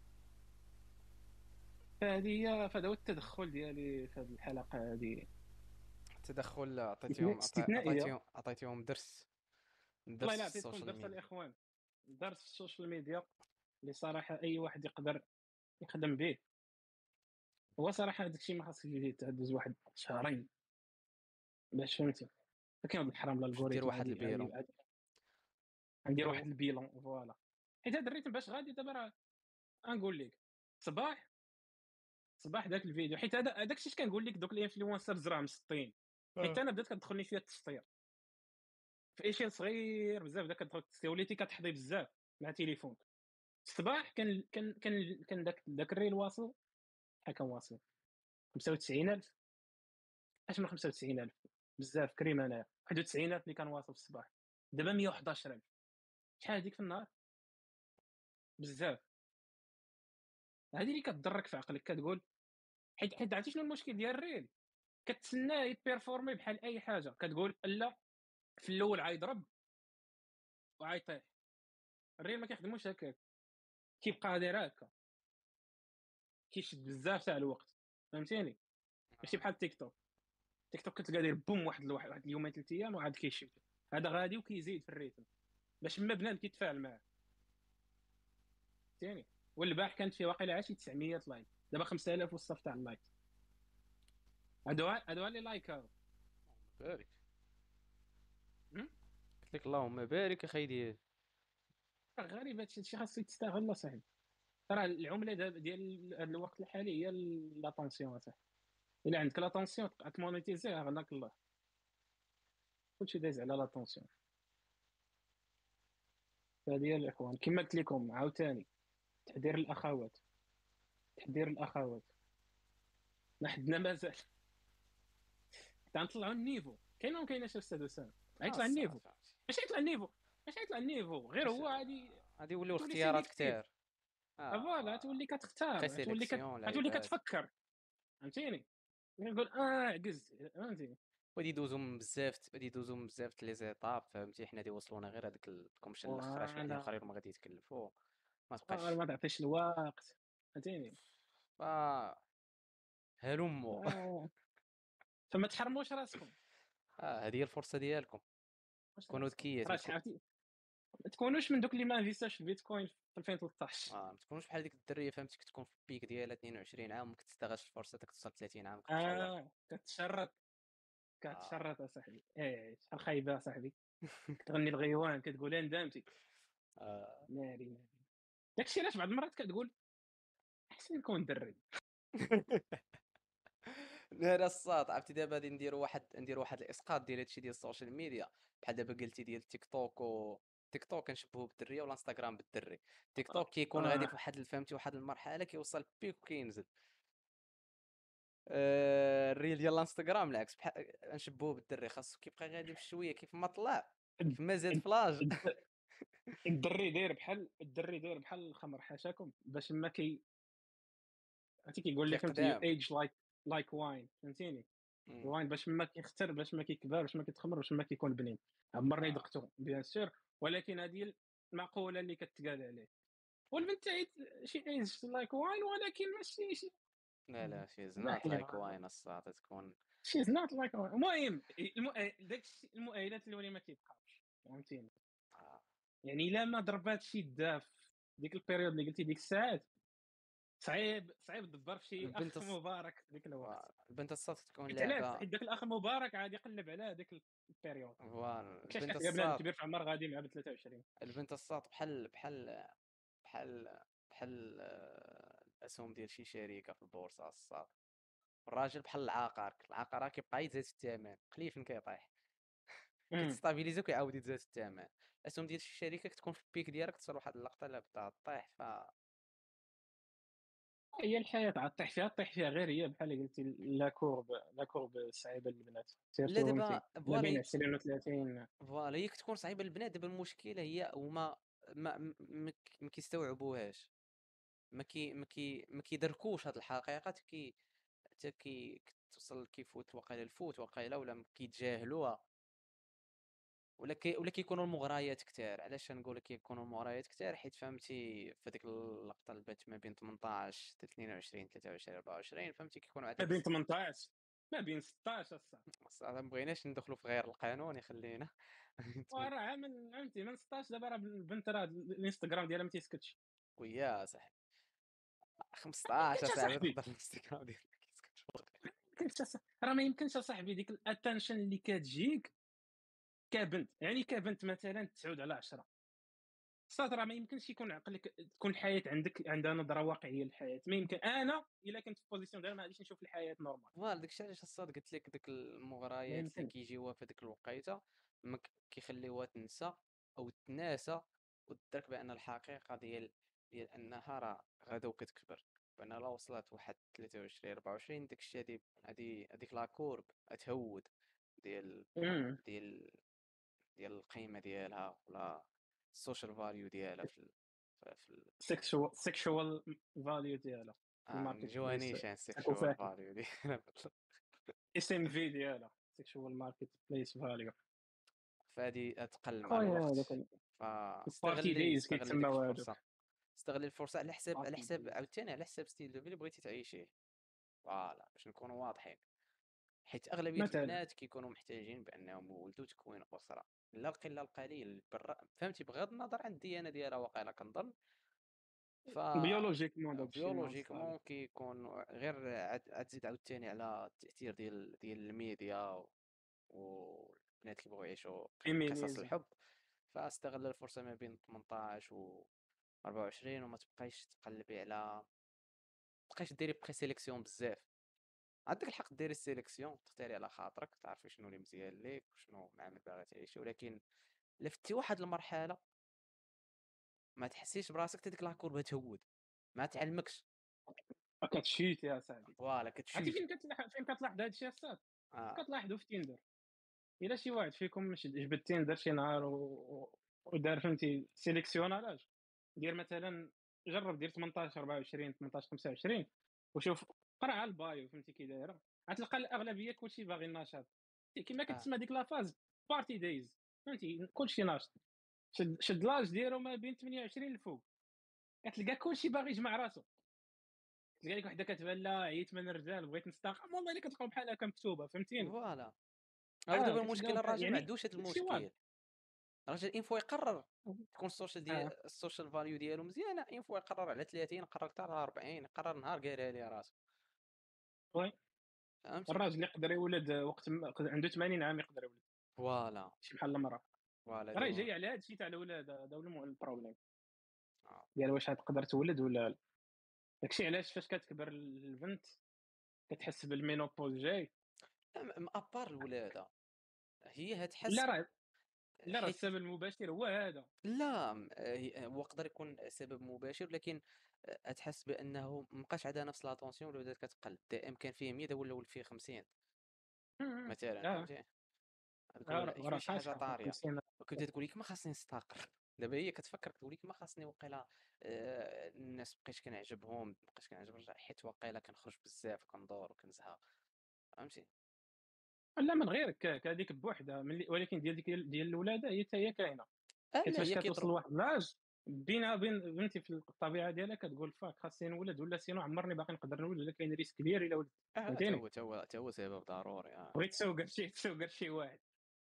فهذه هي، فهذا هو التدخل ديالي في هذه الحلقه هذه. تدخل استثناء- عطيتيهم عطي- استثنائيه. عطيتيهم عطيتيهم درس. والله درس لا عطيتكم السوشيال درس ميديا. الاخوان، درس في السوشيال ميديا اللي صراحه اي واحد يقدر يخدم به. هو صراحه هذاك الشيء ما خاصش يجي تدوز واحد شهرين باش فهمتي، كاين واحد الحرام دير الالغوريثم واحد هذه البيلون. هذه غندير و- واحد البيلون فوالا. حيت هذا الريتم باش غادي دابا راه غنقول لك صباح صباح ذاك الفيديو، حيت هذا هذاك الشيء كنقول لك دوك الانفلونسرز راه مسطين، حيت اه. انا بدات كتدخلني فيها التسطير في ايشيل صغير بزاف، بدات كتدخل التسطير وليتي كتحضي بزاف مع تليفون. الصباح كان كان كان كان داك داك الريل واصل، شحال كان واصل خمسة وتسعين ألف، اش من خمسة وتسعين ألف بزاف كريم انايا، واحد وتسعين ألف اللي كان واصل في الصباح، دابا مئة وأحد عشر ألف. شحال هذيك في النهار؟ بزاف. هذه اللي كتضرك في عقلك، كتقول حيت حيت عرفتي شنو المشكل ديال الريل؟ كتسناه يبيرفورمي بحال اي حاجه، كتقول لا في الاول عايضرب وعايطيح. الريل ما كيخدموش هكاك، كيبقى داير هكا، كيشد بزاف تاع الوقت، فهمتيني. ماشي بحال تيك توك، تيك توك كتلقى داير بوم واحد الواحد واحد اليومين ثلاث ايام وعاد كيشد. هذا غادي وكيزيد في الريتم باش ما بنادم كيتفاعل معاه، فهمتيني. والبارح كانت فيه واقيلا عاشي تسعمية لايك، دابا خمسة آلاف والصف تاع اللايك. هادو هادو اللي لايكاو. بارك. هم؟ قلت لك اللهم بارك يا خيدي. غريب هادشي، هادشي خاصو يتستغل صاحبي. راه العمله دابا ديال هاد الوقت الحالي هي لاتونسيون اصاحبي. الا عندك لاتونسيون تمونيتيزي غناك الله، كلشي دايز على لاتونسيون. هذه هي الاخوان، كما قلت لكم عاوتاني، تحذير الاخوات، تحذير الاخوات، ما حدنا مازال. تنطلعوا النيفو، كاين ولا ما كايناش استاذ اسامه؟ اه غيطلع الصاد النيفو. فهمتي. باش يطلع النيفو، باش يطلع النيفو غير باش هو غادي غادي يوليو تولي الاختيارات سيليكتيف. كتار. فوالا اه. تولي كتختار، تولي كت... بريسيليكسيون تولي لعيبات. كتفكر، فهمتيني. نقول اه عجزت، فهمتي. غادي يدوزو من بزاف غادي يدوزو من بزاف لي زيتاب فهمتي. حنا اللي وصلونا غير هذاك الكومشن الاخر، شي وحدين فوالا اخرين ما غادي يتكلفوا. ما آه، تبقاش. ما تعطيش الوقت، فهمتيني. ف هلموا. آه. فما تحرموش راسكم، اه هذه هي الفرصه ديالكم. واش كونوا راسكم ذكيات. ما راه تكون... عرفتي، ما تكونوش من دوك اللي ما انفيستاش في البيتكوين في ألفين وثلاثطاش. آه ما تكونوش بحال ديك الدريه فهمتي، كتكون في البيك ديالها اثنين وعشرين عام، ما كتستغلش الفرصه حتى توصل ثلاثين عام كتفلق. اه كتشرط، اه. كتشرط اصاحبي، ايه شحال خايبه اصاحبي، كتغني الغيوان كتقول ندمتي. آه. ناري ناري. داكشي علاش بعض المرات كتقول احسن نكون دري. لا الصاد عرفتي دابا غادي نديرو واحد نديرو واحد الاسقاط ديال هادشي ديال السوشيال ميديا بحال دابا قلتي ديال تيك توك و تيك توك كنشبهو بالدريه والانستغرام بالدري. تيك توك كيكون غادي آه. في واحد فهمتي واحد المرحله كيوصل بيك وكينزل. آه، الريل ديال الانستغرام العكس بحال نشبهوه بالدري خاصو كيبقى غادي بشويه كيف ما طلع كيف ما زاد فلاج. الد- الدري داير بحال الدري داير بحال الخمر حاشاكم باش ما كي عرفتي كيقول لك فهمتي يو كيقدام. ايج لايك لايك واين فهمتيني. مم. الواين باش ما كيختر باش ما كيكبر باش ما كيتخمر باش ما كيكون بنين. عمرني آه. ذقته بيان سور، ولكن هذه المقوله اللي كتقال عليه والبنت تعيط شي ايج لايك واين ولكن ماشي شي لا لا شي زنات زاحي لايك واين الصاد تكون. شي نوت لايك المهم الم... داك الشيء المؤهلات الاولى ما كيبقاوش فهمتيني. آه. يعني الا ما ضربات شي داف ديك البيريود اللي قلتي ديك الساعات صعيب صعيب تدبر في شي البنت اخ الص... مبارك في ذاك الوقت. آه، البنت الصاد تكون حيت علاش لعبه. حيت داك الاخ مبارك عاد يقلب على هذاك البيريود. فوالا كاش البنت كتلقى بنادم الصاد. كبير في العمر غادي مع ب ثلاثة وعشرين. البنت الصاد بحال بحال بحال بحال آه، الاسهم ديال شي شركه في البورصه الصاد. الراجل بحال العقار العقار راه كيبقى يتزاد في الثمن قليل كيطيح. امم كيتستابيليزي وكيعاود يتزاد في الثمن. الاسهم ديال شي شركه كتكون في البيك ديالها كتوصل لواحد اللقطه لا بدا طيح ف هي الحياه عاد طيح فيها طيح فيها غير هي بحال قلتي لا كورب لا كورب صعيبه للبنات لا سيرتو دابا فهمتي ما فوالا بين هي- عشرين و ثلاثين. فوالا هي كتكون صعيبه للبنات دابا المشكله هي هما ما ما, ما ك- ما كيستوعبوهاش. ما كي ما كي ما كيدركوش هاد الحقيقه كي حتى كي توصل كيفوت وقيله الفوت وقيله ولا كيتجاهلوها. ولا كي ولا كيكونوا المغريات كتار. علاش نقول لك كيكونوا المغريات كتار حيت فهمتي في ديك اللقطه اللي بات ما بين ثمنطاش حتى اثنين وعشرين ثلاثة وعشرين أربعة وعشرين فهمتي كيكونوا ما عاد بين ثمنطاش ما بين ستطاش الصح. ما بغيناش ندخلوا في غير القانون يخلينا. وراه عام فهمتي من ستطاش دابا راه البنت راه الانستغرام ديالها ما تيسكتش. ويا صاحبي ما خمسطاش يمكنش ساعه اصاحبي تقدر الانستغرام ديالك كيسكت. ما يمكنش أص- راه ما يمكنش اصاحبي ديك الاتنشن اللي كتجيك كبنت يعني كبنت مثلا تسعود على عشرة. صاد راه ما يمكنش يكون عقلك تكون الحياه عندك عندها نظره واقعيه للحياه. ما يمكن انا الا كنت في بوزيسيون ديالها ما غاديش نشوف الحياه نورمال. فوالا داكشي علاش الصاد قلت لك ديك ما المغريات اللي يمكنش. كيجيوها في ديك الوقيته ما ك- كيخليوها تنسى او تناسى وتدرك بان الحقيقه ديال ديال انها راه غدا وكتكبر. بان لا وصلت واحد ثلاثة وعشرين أربعة وعشرين داكشي هادي هادي هاديك لا كورب غتهود ديال امم ديال ديال القيمه ديالها ولا السوشيال فاليو ديالها في ال... في في ال... سيكشوال سيكشوال فاليو ديالها في آه ما الماركت بليس. جوانيش سيكشوال ساكوفاكي فاليو ديالها. اس ام في ديالها سيكشوال ماركت بليس فاليو. فهادي تقل مع خويا هذاك الوقت. البارتي فاستغلي دايز استغلي ديك كيتسماو هذوك. الفرصة. استغلي الفرصة على حساب على بارتي حساب دايز عاوتاني على حساب ستيل دو في اللي بغيتي تعيشيه. فوالا باش نكونوا واضحين. حيت أغلبية مثلا. البنات كيكونوا محتاجين بأنهم يولدوا تكوين أسرة. لا القلة القليل برا فهمتي بغض النظر عن الديانة ديالها واقيلا كنظن. ف بيولوجيكمون داك الشيء ناقص. بيولوجيكمون كيكون غير عاد عاد تزيد عاوتاني على التأثير ديال ديال الميديا والبنات كيبغيو يعيشوا قصص فيمينيزم. الحب. فاستغل الفرصة ما بين ثمنطاش و أربعة وعشرين وما تبقايش تقلبي على تبقايش ديري بري سيليكسيون بزاف. عندك الحق ديري السيليكسيون تختاري على خاطرك تعرفي شنو اللي مزيان ليك وشنو مع من باغي تعيشي. ولكن الا فتي واحد المرحلة ما تحسيش براسك حتى ديك لاكوربة تهود ما تعلمكش. كتشيت يا صاحبي. فوالا عرفتي كتشوتي. فين كتلاحظ فين كتلاحظ هذا الشيء الصاد؟ اه كتلاحظوا في تيندر. الا شي واحد فيكم شد- جبد تيندر شي نهار و... ودار فهمتي سيليكسيوناج دير مثلا جرب دير ثمنطاش أربعة وعشرين ثمنطاش خمسة وعشرين وشوف قرا على البايو فهمتي كي دايره غتلقى الاغلبيه كلشي باغي النشاط. كما اه كتسمى ديك لافاز بارتي دايز فهمتي كلشي ناشط. شد شد لاج ديالو ما بين ثمانية وعشرين الفوق كتلقى كلشي باغي يجمع راسو. تلقى لك وحده كتبان لا عييت من الرجال بغيت نستقام والله الا كتلقاو بحال هكا مكتوبه فهمتيني. فوالا. او اه دابا كتلقاو المشكل بحال الراجل ما يعني عندوش هذا داكشي واضح. المشكل. الراجل انفو يقرر تكون السوشيال اه ديال السوشيال فاليو ديالو مزيانه انفو يقرر على ثلاثين يقرر حتى على أربعين يقرر نهار قالها لي راسو. وي فهمتي. الراجل يقدر يولد وقت ما عنده ثمانين عام يقدر يولد فوالا. ماشي بحال المراه. فوالا راه دابا جاي على هذا الشيء تاع الولاده هذا هو الم- البروبليم. آه. ديال واش غتقدر تولد ولا لا. داكشي علاش فاش كتكبر البنت كتحس بالمينوبوز جاي. م ابار الولاده هي لا هتحس. راه لا راه حيت السبب المباشر هو هذا. لا م- هي- هو يقدر يكون سبب مباشر، لكن اتحس بانه مابقاش عندها نفس لاتونسيون، ولا بدات كتقل دائم. كان فيه مية دابا ولا فيه خمسين إمم، مثلا، آه، فهمتي. آه، تقول راه شويه شي حاجه قاصحة طاريه، خمسين. وكتبدا تقول لك ما خاصني نستقر. دابا هي كتفكر تقول لك ما خاصني وقيلا آه، الناس بقيت كنعجبهم، بقيت كنعجب الرجال، حيت وقيلا كنخرج بزاف وكندور وكنزهق، فهمتي. لا من غير هكاك هذيك بوحدها ملي، ولكن ديال ديك ديال الولاده هي حتى هي كاينه. اه حيت لا فاش هي كتوصل كيطلب. لواحد لاج بينها وبين بنتي في الطبيعه ديالها كتقول فاك خاصني نولد ولا سينو عمرني باقي نقدر نولد ولا كاين ريسك كبير الا ولدت. اه تا فهمتيني. هو تا هو تا هو سبب ضروري. اه بغيت تسوق شي تسوق شي واحد.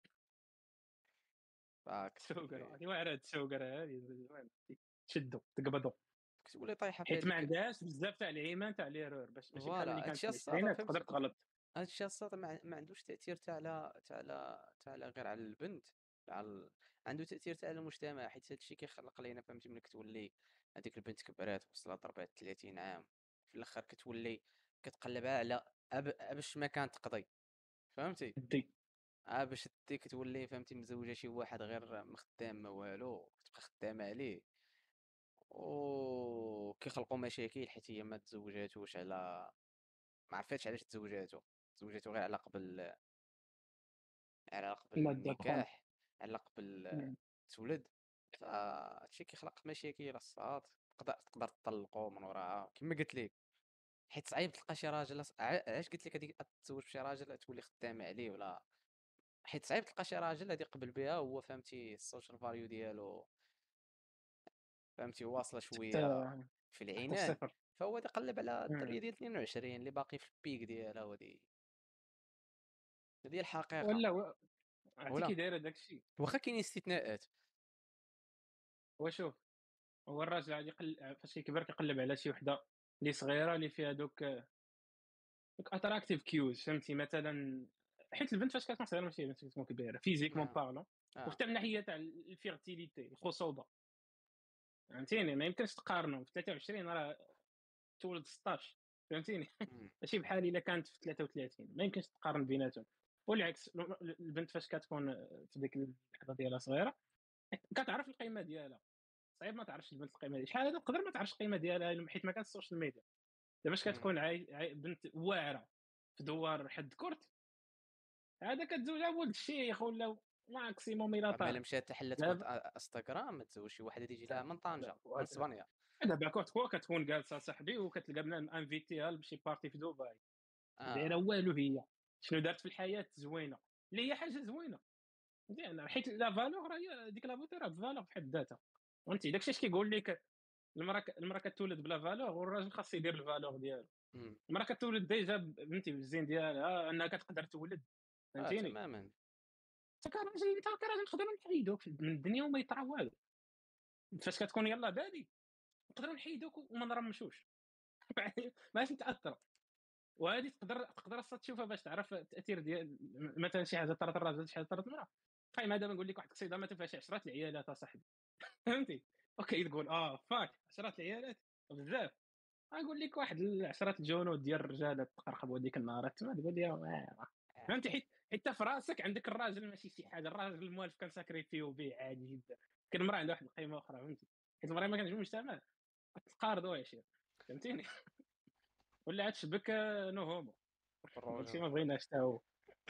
فاك تسوق تولي هذه واعره، تسوق راه هذه المهم تشدوا تقبضوا. كتولي طايحه في حيت ما هذيك. عندهاش بزاف تاع العيمان تاع ليرور، باش ماشي بحال فوالا ملي كانت هادشي في الساطا، العشرينات تقدر فهمتي. تغلط. هادشي الساطا ما, ما عندوش تأثير تاع على تاع على تاع على غير على البنت، على ال- عنده تأثير تاع على المجتمع، حيت هادشي كيخلق لينا، فهمتي. ملي كتولي هذيك البنت كبرات وصلت ضربات ثلاثين عام، في الاخر كتولي كتقلب على أب... باش ما كانت تقضي، فهمتي. دي اه باش دي كتولي، فهمتي، مزوجة شي واحد غير مخدام ما والو، كتبقى خدامة عليه، و كيخلقوا مشاكل حيت هي ما تزوجاتوش على، ما عرفتش علاش تزوجاتو. تزوجاتو غير على قبل، على قبل الماده الخام. النكاح، على قبل تولد. فهادشي كيخلق مشاكل الصاد، تقدر تقدر تطلقوا من وراها كما قلت لك. حيت صعيب تلقى شي راجل، ع- علاش قلت لك هذيك تزوج بشي راجل تولي خدامة عليه ولا. حيت صعيب تلقى شي راجل هادي قبل بها هو، فهمتي، السوشيال فاليو ديالو، فهمتي، واصله حتى شويه في حتى العنان. الصفر. فهو غادي يقلب على مم. الدريه ديال اثنين وعشرين اللي باقي في البيك ديالها، ودي هذه الحقيقه. ولا هو- عرفتي ولا كي داير هذاك الشيء. واخا كاينين استثناءات. هو شوف، هو الراجل غادي يقل فاش كيكبر كيقلب على شي وحده اللي صغيره اللي فيها دوك دوك اتراكتيف كيوز، فهمتي مثلا. حيت البنت فاش كتكون صغيره ماشي البنت كتكون كبيره فيزيكمون اه بارلون. اه وحتى من ناحيه تاع الفيرتيليتي الخصوبه، فهمتيني. ما يمكنش تقارنوا في ثلاثة وعشرين راه تولد ستطاش، فهمتيني. مم. ماشي بحال الا كانت في ثلاثة وثلاثين، ما يمكنش تقارن بيناتهم. والعكس البنت فاش كتكون في ديك اللحظه ديالها صغيره كتعرف القيمه ديالها. صعيب ما تعرفش البنت القيمه ديالها، شحال هذا تقدر ما تعرفش القيمه ديالها حيت ما كانش السوشيال ميديا. دابا باش مم. كتكون عاي... عاي... بنت واعره في دوار حد كرت، هذا كتزوجها بولد الشيخ ولا ماكسيموم الى اما الا طار. مشات حلت كونت دابا آ- انستغرام، ما تزوج شي واحد يجي لها من طنجه من دابا اسبانيا. دابا كنت كوا كتكون جالسه صاحبي وكتلقى بنادم انفيتيها لشي بارتي في دبي، دايره اه والو هي. شنو دارت في الحياه زوينه، اللي هي حاجه زوينه مزيان. حيت لا فالور هي ديك لا فوتي راه فالور في حد ذاتها. فهمتي داكشي اش كيقول لك. المراه المراه كتولد بلا فالور والراجل خاص يدير الفالور ديالو. مم. المراه كتولد ديجا بنتي بالزين ديالها انها كتقدر تولد، اه فهمتيني. تماما. انت كراجل انت كراجل نقدروا نحيدوك من الدنيا وما يطرا والو. فاش كتكون يلاه بادي نقدروا نحيدوك وما نرمشوش. ماش نتاثر. وهذه تقدر تقدر اصلا تشوفها باش تعرف التاثير ديال مثلا شي حاجه طرات الراجل شي حاجه طرات المراه. قايمه دابا نقول لك واحد القصيده ما فيهاش عشرات العيالات اصاحبي. فهمتي. اوكي تقول اه فاك عشرات العيالات بزاف. غنقول لك واحد عشرات الجنود ديال الرجال تقرقبوا هذيك النهار تما تقول لي آه. آه. فهمتي. حيت حتى في راسك عندك الراجل ماشي شي حاجه، الراجل الموالف كنساكريفيو به عادي جدا. كان المراه عندها واحد القيمه اخرى، فهمتي. حيت المراه ما كانش في المجتمع تقارضوا عشير، فهمتيني. ولا عاد شبك آه، نو هومو. داكشي بالروجه. ما بغيناش حتى هو.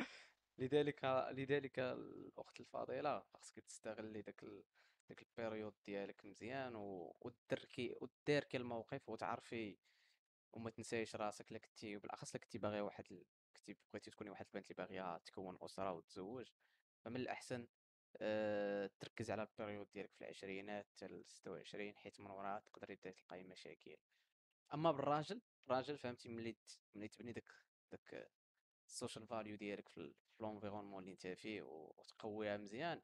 لذلك لذلك الاخت الفاضله خاصك تستغلي داك ال... داك البيريود ديالك مزيان، و... ودركي وداركي الموقف وتعرفي، وما تنسايش راسك. لا كنتي بالاخص لا كنتي باغيه واحد ال... كنتي بغيتي تكوني واحد البنت اللي باغيه تكون اسره وتزوج، فمن الاحسن أه... تركز على البيريود ديالك في العشرينات حتى ل ستة وعشرين، حيت من وراها تقدري تلقاي مشاكل. اما بالراجل، الراجل فهمتي ملي ت... ملي تبني داك داك السوشيال فاليو ديالك في ال- في الانفيرونمون اللي انت فيه، و- وتقويها مزيان.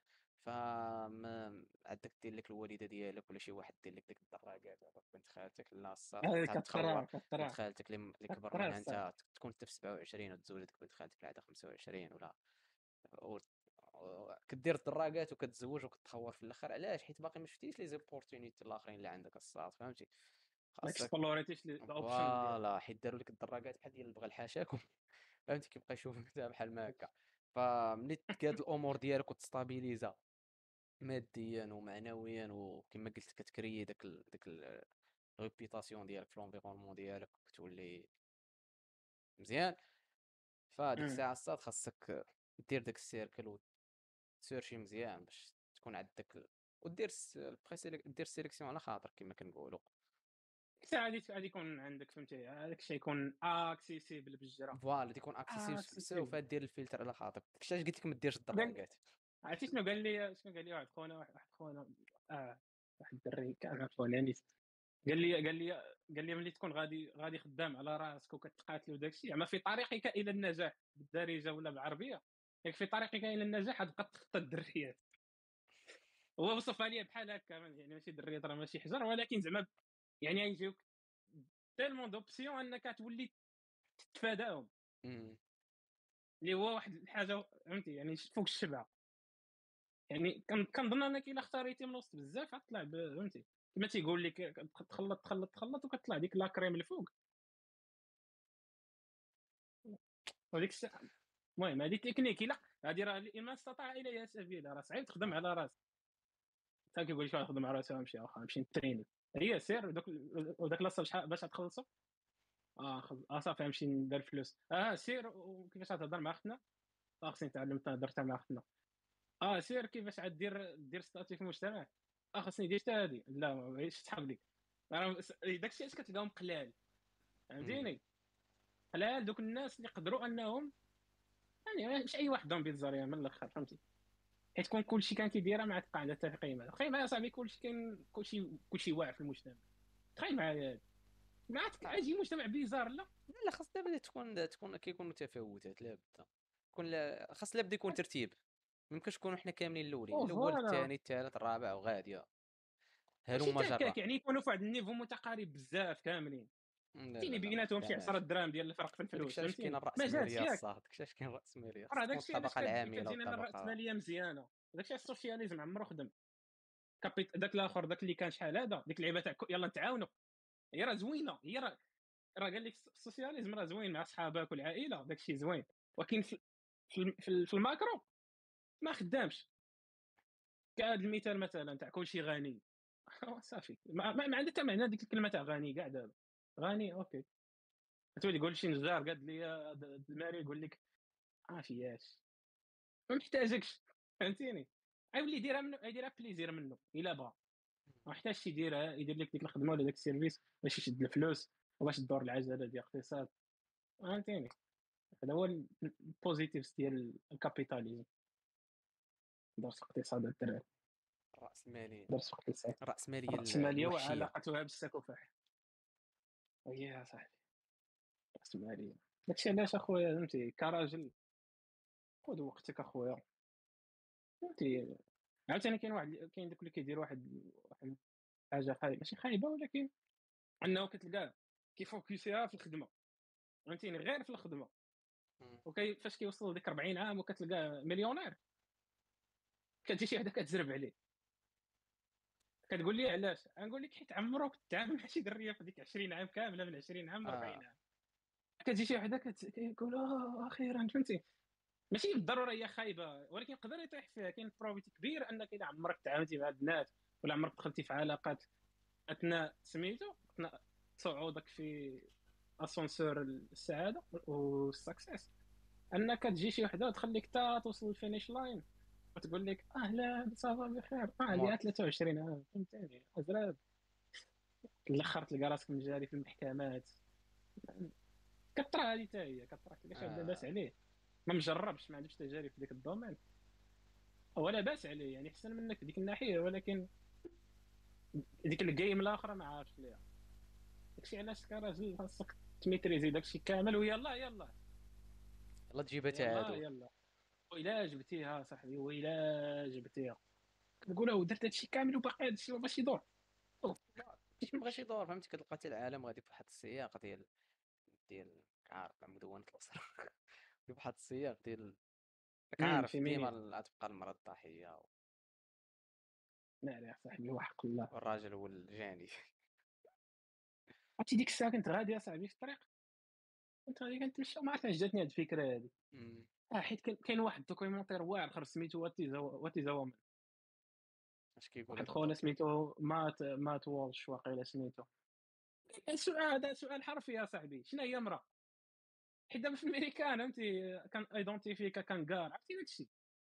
فما عندك دير لك الوالده ديالك ولا شي واحد دير لك ديك الدراكات هذوك بنت خالتك، لا الصافي هذه تتخور. كطرا بنت كطرا خالتك اللي م- اللي كبر كطرا منها الصاد. انت تكون انت في سبعة وعشرين وتزوج ديك بنت خالتك اللي عندها خمسة وعشرين، ولا و- كدير الدراجات وكتزوج وكتخور في الاخر. علاش؟ حيت باقي ما شفتيش لي زيبورتونيتي الاخرين اللي عندك الصاد، فهمتي؟ ما خاصك اكسبلوريتيش الاوبشنز ديالك. فوالا، حيت داروا لك الدراجات بحال ديال بغا الحاشاكم. فهمتي؟ كيبقى يشوفك انت بحال ما هكا. فملي تكاد الامور ديالك وتستابيليزا ماديا ومعنويا، وكما قلت كتكري داك ال... داك الريبيتاسيون ديالك في لونفيرونمون ديالك، كتولي مزيان. فديك امم الساعه الصاد خاصك دير داك السيركل وتسيرشي مزيان باش تكون عندك ال... ودير س... البريسيلك... دير السيليكسيون على خاطر كما كنقولوا. ساعه غادي غادي يكون عندك فهمتي هذاك الشيء يكون اكسيسيبل بالجرا. فوالا تيكون اكسيسيف سوف اكسيسيبل. دير الفلتر على خاطرك. داكشي علاش قلت لك ما ديرش قال الدراكات. عرفتي شنو قال لي شنو قال لي واحد خونا واحد واحد خونا اه واحد الدري كان عرفوني نيت. قال لي قال لي قال لي ملي تكون غادي غادي خدام على راسك وكتقاتل وداك الشيء زعما في طريقك الى النجاح بالدارجه ولا بالعربيه. ياك في طريقك الى النجاح غتبقى تخطى الدريات. هو وصفها لي بحال هكا يعني ماشي دريات راه ماشي حجر ولكن زعما يعني غيجيوك تيلمون دوبسيون انك تولي تتفاداهم. امم اللي هو واحد الحاجه فهمتي يعني فوق الشبع. يعني كن- كنظن انك الا اختاريتي من وسط بزاف غتطلع ب- فهمتي كما تيقول لك تخلط تخلط تخلط وكتطلع ديك لا كريم الفوق. وديك الساعه المهم هذه تكنيك لا هذه راه لمن استطاع اليها سبيلا راه صعيب تخدم على راسك. حتى كيقول لك نخدم على راسي ونمشي واخا نمشي نتريني. هي سير وداك وداك لاصه شحال باش تخلصوا. اه خل... اه صافي نمشي ندير فلوس اه سير وكيفاش تهضر مع اختنا. اه خصني نتعلم نهضر حتى مع اختنا. اه سير كيفاش غدير دير ستاتي في المجتمع. اه خصني ندير حتى هذه لا ماشي تسحب لك. راه س- داك الشيء اش كتلقاهم قلال. امم فهمتيني. قلال دوك الناس اللي يقدروا انهم يعني مش اي واحد دون بيتزاريا من الاخر فهمتي. حيت كون كلشي كان كيديرها ما تبقى عندها حتى قيمه. تخيل معايا صاحبي كلشي كاين كلشي كلشي واعر في المجتمع. تخيل معايا ما تطلع يجي مجتمع بيزار لا. لا لا، خاص دابا تكون تكون كيكونوا تفاوتات لابد. كون لا خاص لابد يكون ترتيب. ما يمكنش نكونوا حنا كاملين الاولين، او الاول فوالا. الثاني الثالث الرابع وغاديه ماشي هلم جرا. تاكاك يعني يكونوا في واحد النيفو متقارب بزاف كاملين. لا لا فهمتيني لا، ما بيناتهم شي عشرة خداماش. دراهم ديال الفرق في وداكشي الفلوس علاش كاين فهمتيني ما جاتش الرأسمالية ياك. الصاد، داكشي علاش كاين الرأسمالية. خاص راه تكون داكشي علاش الطبقة كت- العاملة كتجينا لنا والطبقة. الراسماليه مزيانه. داكشي السوسياليزم عمرو خدم. كابيت داك الاخر داك اللي كان شحال هذا ديك اللعيبه تاع كو- يلا نتعاونوا. هي راه زوينه هي راه راه قال لك السوسياليزم راه زوين مع صحابك والعائله داكشي زوين. ولكن في في في في الماكرو ما خدامش. كهذا المثال مثلا تاع كلشي غني. صافي ما, ما, ما عندها حتى معنى ديك الكلمه تاع غني كاع دابا. غني اوكي. تولي تقول شي نجار قاد لي الماري يقول لك ما فياش ما محتاجكش. فهمتيني. غيولي يديرها منه يديرها بليزير منه الا بغى. ما محتاجش يديرها يدير لك ديك الخدمه ولا داك السيرفيس باش يشد الفلوس وباش تدور العجله ديال الاقتصاد. فهمتيني. هذا هو البوزيتيفز ديال الكابيتاليزم. درس اقتصاد الدراري. الرأسمالية. درس اقتصاد. الرأسمالية ال- الرأسمالية الوحشية. وعلاقتها بالسكوفاح. ويا صاحبي. الرأسمالية. داكشي علاش اخويا فهمتي كراجل خذ وقتك اخويا. فهمتي. عاوتاني كاين واحد كاين دوك اللي كيدير واحد واحد حاجه خايبه ماشي خايبه ولكن انه كتلقاه كيفوكسيها في الخدمه. فهمتيني غير في الخدمه. مم. وكي فاش كيوصل ديك أربعين عام وكتلقاه مليونير كتجي شي وحده كتزرب عليه. كتقول لي علاش غنقول لك حيت عمرك تعامل مع شي دريه في ديك عشرين عام كامله من عشرين عام ل اه أربعين عام. كتجي شي وحده كت- كيقول اه اخيرا فهمتي. ماشي بالضروره هي خايبه ولكن يقدر يطيح فيها. كاين بروبابيتي كبير انك اذا عمرك تعاملتي مع البنات ولا عمرك دخلتي في علاقات اثناء سميتو اثناء صعودك في اسانسور السعاده والسكسيس انك تجي شي وحده تخليك تا توصل الفينيش لاين وتقول لك اهلا صافا بخير اه مور. عندي ثلاثة وعشرين عام فهمتني ازراب. الاخر تلقى راسك مجاري في المحكمات. كثر هذه حتى هي كثر تلقى شي وحده باس آه. عليه. ما مجربش ما عندوش تجارب في ذاك الدومين. هو لا باس عليه يعني احسن منك في ديك الناحيه ولكن ديك الجيم الاخرى ما عارفش ليها. داكشي علاش كراجل خاصك تميتريزي داكشي كامل ويلا يلا. يلا تجيبها يلا تعادل. يلا. وإلا جبتيها صاحبي وإلا جبتيها كنقول له درت هادشي كامل وباقي هادشي ما باش يدور. أوه، ماشي مبغاش يدور، فهمتي؟ كتلقى حتى العالم غادي بواحد السياق ديال ديال عارف مع مدونة الأسرة. بواحد السياق ديال راك امم عارف ديما فيمينيزم. ال- غتبقى المرأة الضحية لا لا يا صاحبي وحق الله. والراجل هو الجاني. عرفتي ديك الساعه كنت غادي يا صاحبي في الطريق، كنت غادي كنتمشى، ما عرفتش علاش جاتني هاد الفكره هادي. مم. اه حيت كان كاين واحد الدوكيومونتير واعر اخر سميتو وات از وات از وومن. اش كيقول واحد هذا خونا الدوكيو؟ سميتو مات مات وولش واقيلا سميتو. السؤال هذا سؤال حرفي يا صاحبي، شنو هي امراه؟ حيت دابا في امريكان فهمتي كان ايدونتيفيكا كان كار، عرفتي داك الشيء.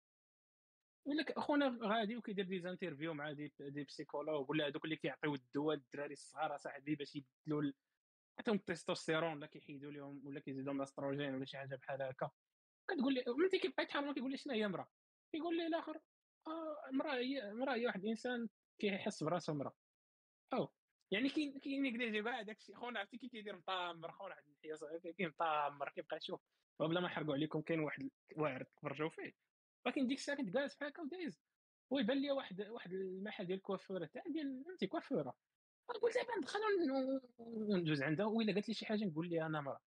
يقول لك اخونا غادي وكيدير دي زانترفيو مع دي دي بسيكولوج ولا هذوك اللي كيعطيو الدواء للدراري الصغار صاحبي باش يبدلوا ال- عطيهم التستوستيرون ولا كيحيدوا لهم ولا كيزيدوا لهم الاستروجين ولا شي حاجه بحال هكا. كتقول لي ملي كيبقى يتحرك كيقول لي شنو هي امراه؟ كيقول لي الاخر اه امراه هي امراه هي واحد الانسان كيحس براسو امراه. او يعني كاين كاين ينجليزي كاع داك الشيء خونا، عرفتي كي كيدير مطامر خونا واحد الحياه صغيره كاين مطامر كيبقى يشوف. وبلا ما نحرقوا عليكم كاين واحد واعر تفرجوا فيه. ولكن ديك الساعه كنت جالس بحال هكا ودايز ويبان لي واحد واحد المحل ديال الكوافوره تاع ديال فهمتي كوافوره. نقول دابا ندخل ون- وندوز عندها وإلا قالت لي شي حاجه نقول لها انا مرا.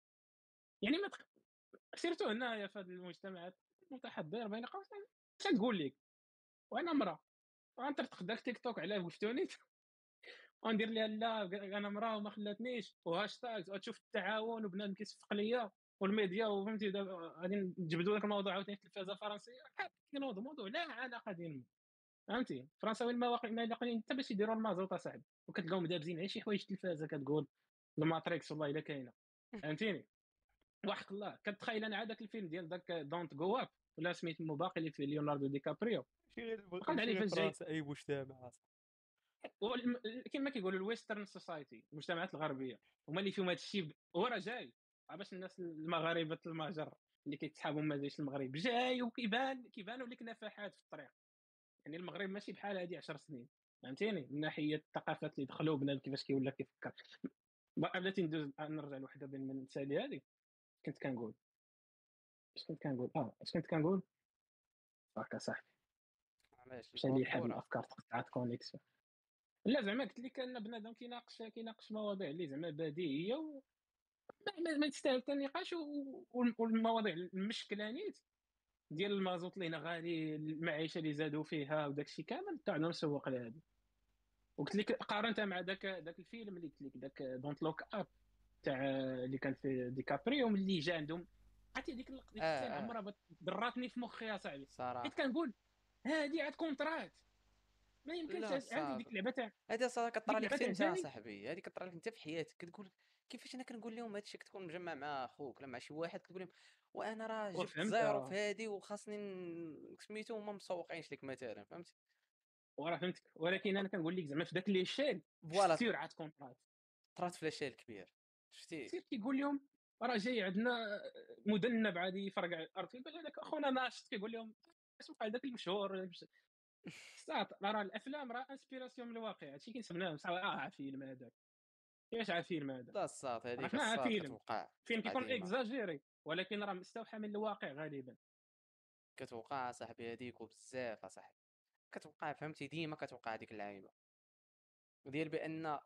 يعني ما تخ... سيرتو هنايا في هذه المجتمعات المتحضر بين قوسين اش نقول لك وانا مرا. غنطرطق داك تيك توك على وفتوني وندير لها لا انا مراه وما خلاتنيش وهاشتاغ وتشوف التعاون وبنادم كيصفق ليا والميديا وفهمتي دابا غادي نجبدوا لك الموضوع عاوتاني في التلفازه الفرنسيه كينوض موضوع لا علاقه دين فهمتي. الفرنساويين ما واقع ما لاقيين حتى باش يديروا المازوط اصاحبي وكتلقاهم دابزين على شي حوايج التلفازه كتقول الماتريكس والله الا كاينه فهمتيني. وحق الله كتخيل انا عاد داك الفيلم ديال داك دونت جو اب ولا سميت مو باقي اللي فيه ليوناردو دي كابريو ماشي غير وقال ماشي عليه غير فاش جاي. فرنسا، اي مجتمع. هو الم- كما كيقولوا الويسترن سوسايتي المجتمعات الغربيه هما اللي فيهم هذا الشيء هو راه جاي. عا باش الناس المغاربه المهجر اللي كيتسحابوا ما جايش المغرب جاي وكيبان كيبانوا لك نفحات في الطريق. يعني المغرب ماشي بحال هذه عشر سنين فهمتيني من ناحيه الثقافات اللي دخلوا بنادم كيفاش كيولى كيفكر. بلاتي ندوز نرجع لوحده بين من التالي هذه. كنت كنقول اش كنت كنقول اه اش كنت كنقول هكا صاحبي. علاش مشى لي حاب الكوافوره؟ الافكار تقطعت كونيكسيون. لا زعما قلت لك ان بنادم كيناقش كيناقش مواضيع اللي زعما بديهيه و ما, ما, ما تستاهل حتى النقاش و- وال- والمواضيع المشكله نيت ديال المازوت اللي هنا غالي المعيشه اللي زادوا فيها وداك الشيء كامل تاع نسوق لهذا. وقلت لك قارنتها مع ذاك ذاك الفيلم اللي قلت لك ذاك دونت لوك اب تاع اللي كان في ديكابريو اللي جا عندهم. عرفتي ديك اللقطه ديك اه السين اه عمرها بت- ضراتني في مخي يا صاحبي. حيت صراحه. كنقول هذه عاد كونترات ما يمكنش لا هاد- عادي صاد، ديك اللعبه تاع هذه صراحه كطرى ديك لك اللعبه حتى تاع انت جاي. صاحبي، هذه كطرى لك انت في حياتك. كتقول كيفاش انا كنقول لهم هذا الشيء، كتكون مجمع مع اخوك ولا مع شي واحد كتقول لهم وانا راه جبت وفهمت زيرو في آه. هذه وخاصني ن- سميتو هما مسوقينش لك مثلا، فهمت؟ وراه فهمتك ولكن انا كنقول لك زعما في ذاك ليشيل فوالا، سير عاد كونترات. طرات في الاشياء الكبير، شفتي؟ سير كيقول لهم راه جاي عندنا مذنب عادي يفرقع الارض كيقول لك اخونا ناشط كيقول لهم شوف هذاك المشهور. صات راه الافلام راه انسبيراسيون من الواقع هادشي كنسمناه صح اه فيلم هذاك. كيفاش عا فيلم هذا؟ لا الصاد، هذيك عرفناه الصاد فيلم. كتوقع فيلم كتوقع كيكون ديما، اكزاجيري ولكن راه مستوحى من الواقع غالبا. كتوقع صاحبي هذيك وبزاف صاحبي. كتوقع فهمتي، ديما كتوقع هذيك اللعيبه ديال بان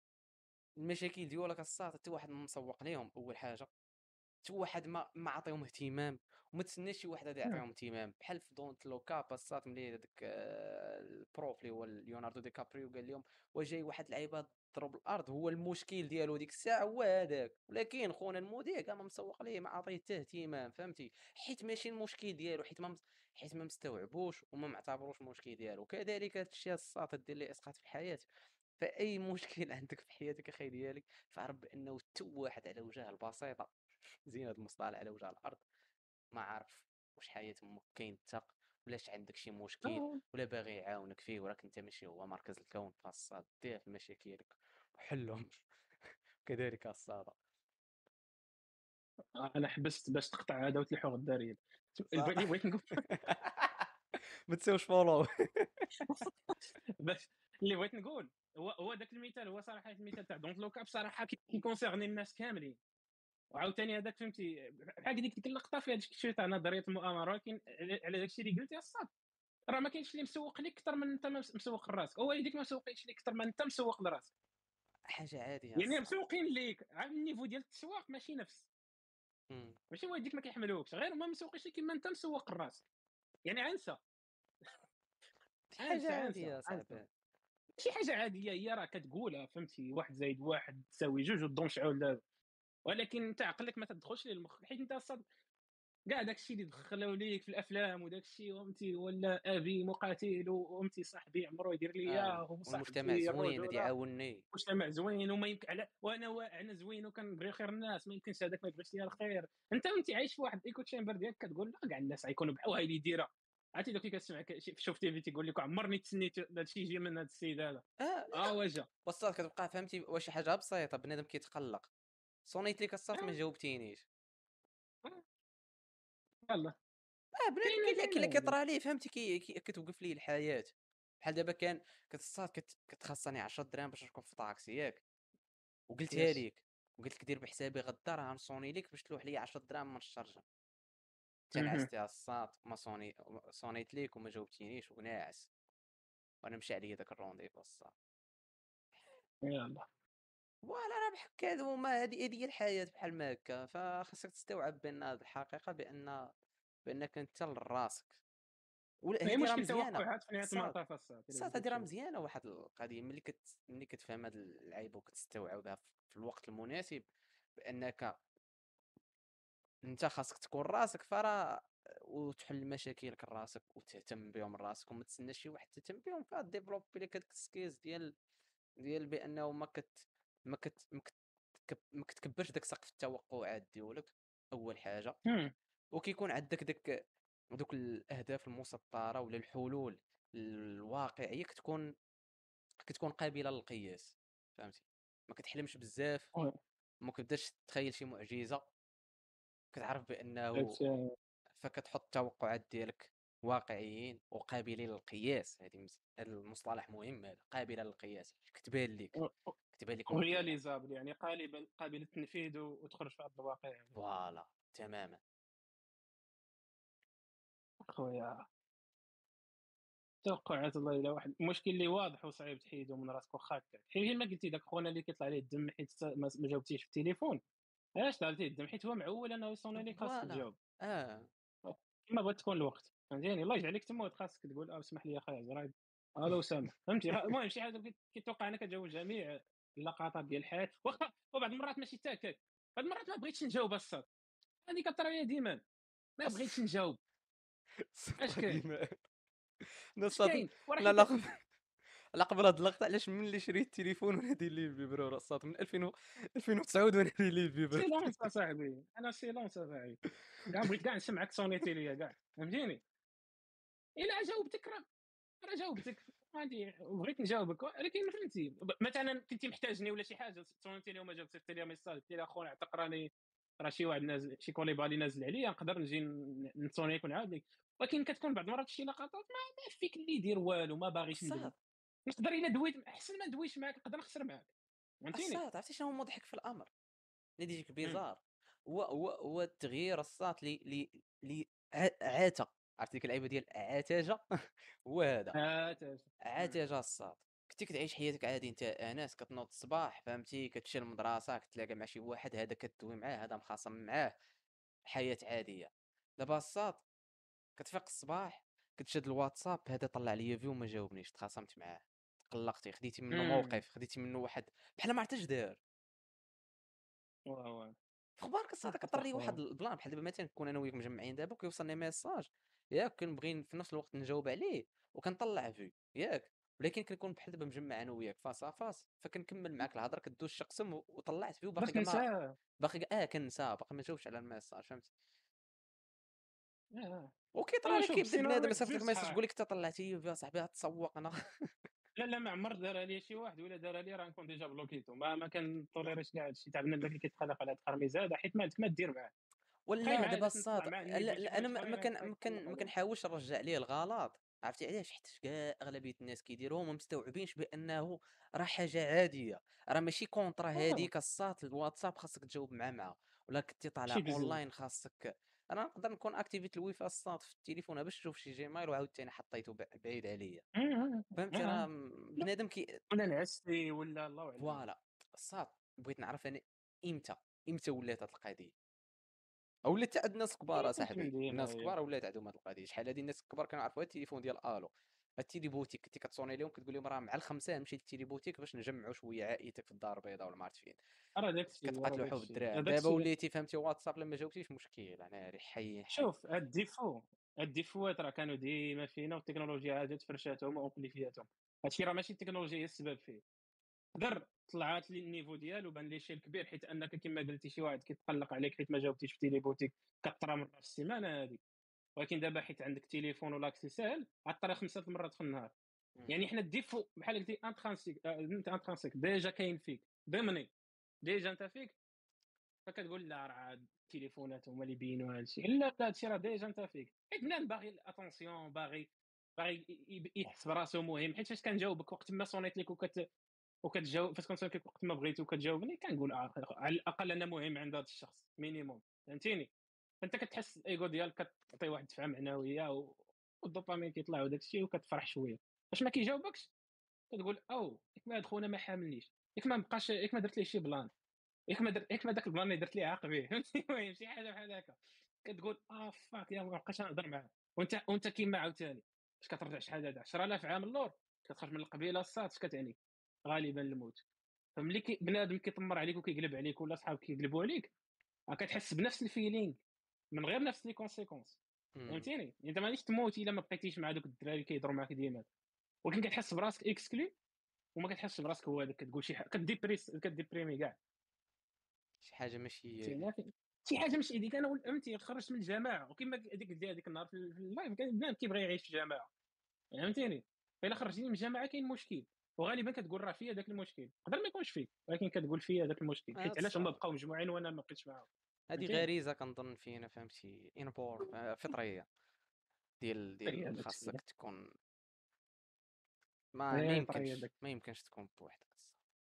المشاكل ديالك الصاد حتى واحد ما مسوق ليهم اول حاجه، حتى واحد ما ما عطيهم اهتمام، وما تسناش شي واحد هذا نعم. يعطيهم اهتمام. بحال في دونت لوكا باسات ملي هذاك آه، البروف اللي هو ليوناردو دي كابريو قال لهم واش جاي واحد لعيبه ضرب الارض، هو المشكل ديالو ديك الساعه هو هذاك، ولكن خونا المذيع كاع ما مسوق ليه، ما عطيه حتى اهتمام، فهمتي؟ حيت ماشي المشكل ديالو، حيت ما مس- حيت ما مستوعبوش وما معتبروش المشكل ديالو. كذلك هذا الشيء الساط دير ليه اسقاط في الحياه. فاي مشكل عندك في حياتك اخي ديالك، فعرف بانه حتى واحد على وجه البسيطه، زين هذا المصطلح، على وجه الارض ما عارف واش حياة امك كاين التق، ولاش عندك شي مشكل، آه. ولا باغي يعاونك فيه، وراك انت ماشي هو مركز الكون، خاصة دير في مشاكلك وحلهم. كذلك الصادة. آه، انا حبست باش تقطع هذا وتلحو غداريه. صح. اللي بغيت نقول ما تساوش فولو. باش اللي بغيت نقول هو هو ذاك المثال هو صراحه المثال تاع دونت لوك اب صراحه كيكونسيرني الناس كاملين. وعاوتاني هذاك فهمتي بحال ديك ديك اللقطه فيها داك الشيء تاع نظريه المؤامره ولكن على على داك الشيء اللي قلتي الصاد راه ما كاينش اللي مسوق لك اكثر من انت مس- مسوق لراسك هو اللي ديك ما مسوقينش لك اكثر من انت مسوق لراسك. حاجة عادية يعني الصاد. مسوقين ليك عاد النيفو ديال التسواق ماشي نفس إمم. ماشي هو يديك ما كيحملوكش، غير ما مسوقينش كيما انت مسوق راسك. يعني عنسى، شي حاجة عنسى، عنسى، عادية عنسى. أصاحبي. شي حاجة عادية هي راه كتقولها فهمتي، واحد زايد واحد تساوي جوج والضو مشعول دابا، ولكن انت عقلك ما تدخلش ليه المخ، حيت انت اصلا كاع داك الشيء اللي دخلوا ليك في الافلام وداك الشيء فهمتي، ولا ابي مقاتل وفهمتي صاحبي عمرو يدير لي آه، اياه والمجتمع وصاحبي زوين غادي الرجوله، يعاونني. مجتمع زوين وما يمكن على وانا واعر زوين وكنبغي خير الناس، ما يمكنش هذاك ما يبغيش ليا الخير. انت انت عايش في واحد ايكو تشامبر ديالك كتقول لا كاع الناس غيكونوا بحال وهاي اللي دايره. عرفتي دوك اللي كتسمع ك- شي- شوف تي في تيقول لك عمرني تسنيت هذا الشيء يجي من هذا السيد هذا. آه، اه لا، وجا. بصات كتبقى فهمتي واش شي حاجة بسيطة بنادم كيتقلّق، صونيت ليك الصات ما آه. جاوبتينيش. آه. يلا. آه، بنادم كاين كاينه اللي كاين اللي كاينه هذه. كيطرى ليه فهمتي كي كي كتوقف ليه الحياة. بحال دابا كان كتصاد كت كتخصّني عشرة دراهم باش نركب في طاكسي ياك، وقلتها يس. ليك، وقلت لك دير بحسابي غدا راه غنصوني ليك باش تلوح ليا عشرة دراهم من الشرجة. مهم. تنعستي على الساط ما صوني صونيت ليك وما جاوبتينيش وناعس، وانا مشى عليا داك الرونديفو الصاط. يلا. فوالا راه بحال هكا هادو هما هادي هادي هي الحياة بحال ما هكا، فخاصك تستوعب بان هاد الحقيقة بان بانك انت لراسك، ولا هي هادي راه مشكل مزيانة. توقعات في نهايه الصاد المطاف الصاد الا الصاد بغيتي هادي راه تشوف. مزيانة واحد القضية ملي كت ملي كتفهم هاد العيب وكتستوعبها في الوقت المناسب، بانك انت خاصك تكون راسك، فراه وتحل مشاكلك لراسك وتهتم بهم راسك وما تسناش شي واحد تهتم بهم، فديفلوبي لك هاديك السكيلز ديال ديال بانه ما كت ما كت ما كت ما كتكبرش داك سقف التوقعات ديالك، اول حاجه. مم. وكيكون عندك داك دوك الاهداف المسطره ولا الحلول الواقعيه، كتكون كتكون قابله للقياس، فهمتي. ما كتحلمش بزاف، وي. ما كتبداش تخيل شي معجزه، كتعرف بانه هادشي- فكتحط التوقعات ديالك واقعيين وقابلين للقياس. هذه مس- هذا المصطلح مهم، هذا قابله للقياس، كتبان لك و- كتبان لك ممكنه. ورياليزابل يعني قابل قابل للتنفيذ و- وتخرج في ارض الواقع يعني. فوالا، تماما. خويا توقعات الله الا واحد المشكل اللي واضح وصعيب تحيدو من راسك واخا هكا، حيت ما قلتي داك خونا اللي كيطلع عليه الدم حيت تا- ما ما جاوبتيش في التليفون. علاش طلع عليه الدم؟ حيت هو معول انه يصوني ليك خاصك فوالا. تجاوب. اه. كيما بغات تكون الوقت فهمتيني، الله يجعلك تما خاصك تقول اه اسمح لي اخاي عزرايل. هذا اسامه فهمتي. ها- المهم شي حاجه كي- كيتوقع انك تجاوب جميع اللقطات ديال الحياه، واخا وبعض المرات ماشي حتى هكاك. بعض المرات ما بغيتش نجاوب الصاد، هذه كطرا ليا ديما، ما بغيتش نجاوب. اش الصفة كاين؟ ديما اش نصات. كاين وراه لا حيت. لا قبل لا قبل هاد اللقطة، علاش من اللي شريت التليفون وانا داير ليه الفيبرو رصات من ألفين و- ألفين وتسعة وانا داير ليه الفيبرو. سيلونس اصاحبي، انا سيلونس اصاحبي، كاع بغيت كاع نسمعك صونيتي ليا كاع فهمتيني. الا جاوبتك راه راه جاوبتك عادي، بغيت نجاوبك ولكن فهمتي ب- مثلا كنتي محتاجني ولا شي حاجه صونتي لي وما جاوبتش، صيفط لي ميساج قلت لي اخويا عطاك راني راه شي واحد نازل شي كوليبالي نازل عليا نقدر نجي ن- نصونيك ونعاود لك. ولكن كتكون بعض المرات شي لقطات ما, ما فيك اللي يدير والو، ما باغيش ندوي. الصاد نقدر الا دويت احسن ما ندويش معاك، نقدر نخسر معاك فهمتيني. الصاد عرفتي شنو هو مضحك في الامر اللي يجيك امم. بيزار؟ هو هو هو التغيير الصات لي لي لي ع- عاتا. عرفتي ديك اللعيبه ديال عتاجه. هو هذا اه تاج. امم. عتاجه الصاد. كنتي كتعيش حياتك عادي، انت انس كتنوض الصباح فهمتي، كتمشي للمدرسه، كتلاقى مع شي واحد، هذا كدوي معاه، هذا مخاصم معاه، حياه عاديه. دابا الصاد كتفيق الصباح، كتشد الواتساب، هذا طلع ليا فيو وما جاوبنيش، تخاصمت معاه، تقلقتي، خديتي منه امم. موقف، خديتي منه واحد بحال ما عرفتش اش دار. واه واه. في اخبارك الصاد صافي كطرى لي واحد اخويا. البلان بحال دابا مثلا نكون انا وياك مجمعين دابا وكيوصلني ميساج ياك، كنبغي في نفس الوقت نجاوب عليه وكنطلع فيه ياك، ولكن كنكون بحال دابا مجمع انا وياك فاس فاس، فكنكمل معاك الهضره، كدوز شي قسم و- وطلعت فيه وباقي درت كاع ما نساء. باقي كاع اه كنسى باقي ما جاوبش على الميساج، فهمتي. اه. وكيطرى ايوا لك شوف كيبدا بنادم السيناريوهات يصيفط بجوج لك ميساج صحاح. يقول لك انت طلعتي يا صاحبي غتسوق انا. لا لا ما عمر دارها ليا شي واحد ولا دارها لي راه نكون ديجا بلوكيتو، ما ما كنطوليريش كاع هادشي تاع بنادم اللي كيتخلق على هاد القرميزه هذا، حيت ما عندك ما دير معاه. بقاي ولا معاه دابا الا كنت الصاد تطلع معاه لا, نيت بغيتي لا انا بغيتي ما تهضري ما راه كان بقاي ما تقلق كان ما عليه. كنحاولش نرجع ليه الغلط. عرفتي علاش؟ حيت كاع اغلبيه الناس كيديروه وما مستوعبينش بانه راه حاجه عاديه، راه ماشي كونطرا اه هذيك الساط الواتساب خاصك تجاوب معاه معاه، ولا كنتي شي طالع بزاف. اونلاين خاصك. انا نقدر نكون اكتيفيت الوي فاي الساط في التليفون باش نشوف شي جيميل وعاوتاني حطيته ب- بعيد عليا، آه، آه، فهمتي. راه آه. م- لا بنادم كي ولا نعستي ولا الله اعلم. فوالا. الساط بغيت نعرف انا امتى امتى ولات هاد القضيه. او ولات عند الناس كبار هي كنت من اصاحبي، ديما الناس هي. كبار ولات عندهم هاد القضيه. شحال هادي الناس الكبار كانوا عارفوا التليفون ديال الو، التيلي بوتيك، كنتي كتصوني لهم كتقول لهم راه مع الخمسه نمشي للتيلي بوتيك باش نجمعوا شويه عائلتك في الدار البيضاء ولا ما عرفت فين. راه داك الشيء، كتبقى راه داك تلوحوا الشيء، بالدراع. هذاك دابا الشيء. وليتي فهمتي واتساب لما جاوبتيش مشكل، انا حي حي. شوف هاد الديفو، هاد الديفوات راه كانوا ديما فينا، والتكنولوجيا عاد جات فرشاتهم وامبليفياتهم. هادشي راه ماشي التكنولوجيا هي السبب فيه. قدر طلعات لي النيفو ديالو بان لي شي كبير، حيت انك كما قلتي شي واحد كيتقلق عليك حيت ما جاوبتيش في تيليبوتيك كطرا مره في السيمانه هذه. ولكن دابا حيت عندك تليفون ولاكسي ساهل غطرا خمسه المرات في النهار. مم. يعني حنا الديفو بحال قلتي انترانسيك، انت انترانسيك ديجا كاين فيك ضمني، ديجا انت فيك. فكتقول لا راه التليفونات هما اللي بينوا هذا الشيء. لا لا، هادشي راه ديجا انت فيك، حيت بنادم باغي الاتونسيون، باغي باغي ي- ي- يحس براسو مهم. حيت فاش كنجاوبك وقت ما صونيت لك وكت وكتجاوب، فاش كنصونيت لك وقت ما بغيتي وكتجاوبني كنقول آه على الاقل انا مهم عند هذا الشخص مينيموم، فهمتيني. فانت كتحس الايغو ديالك كتعطي واحد الدفعه معنويه و... والدوبامين كيطلع وداك الشيء وكتفرح شويه. فاش ما كيجاوبكش كتقول او ياك ما هاد خونا ما حاملنيش، ياك ما بقاش، ياك ما درت ليه شي بلان، ياك ما درت، ياك ما داك البلان اللي درت ليه عاق به. فهمتي؟ المهم شي حاجه بحال هكا كتقول اه فاك يا ما بقاش نهضر معاه. وانت وانت كيما عاوتاني فاش كترجع شحال هذا عشرة آلاف عام اللور كتخرج من القبيله الصاد، اش كتعني؟ غالبا الموت. فملي كي بنادم كيطمر عليك وكيقلب عليك ولا صحابك كيقلبوا عليك راه كتحس بنفس الفيلينغ من غير نفس لي كونسيكونس. مم. فهمتيني؟ يعني انت مانيش تموت الا ما بقيتيش مع دوك الدراري كيهضروا معاك ديما، ولكن كتحس براسك اكسكلي وما كتحسش براسك هو هذاك. كتقول شي حاجه كديبريس كديبريمي كاع. شي حاجه ماشي. فهمتي؟ شي حاجه ماشي هذيك. انا ول- فهمتي خرجت من الجماعه، وكما هذيك قلت هذيك النهار في ال- في اللايف كان بنادم كيبغي يعيش في الجماعه. فهمتيني؟ الا خرجتيني من الجماعه كاين مشكل، وغالبا كتقول راه فيا ذاك المشكل، يقدر ما يكونش فيك ولكن كتقول فيا ذاك المشكل هاد حيت علاش هما الصح. بقاو مجموعين وانا ما بقيتش معاهم. هادي فهمتيني؟ غريزه كنظن فينا فهمتي، انبور فطريه، ديال هي ديال داك الشيء. خاصك تكون. ما ما هي طريه يمكنش داك. ما يمكنش تكون بوحدك الصح.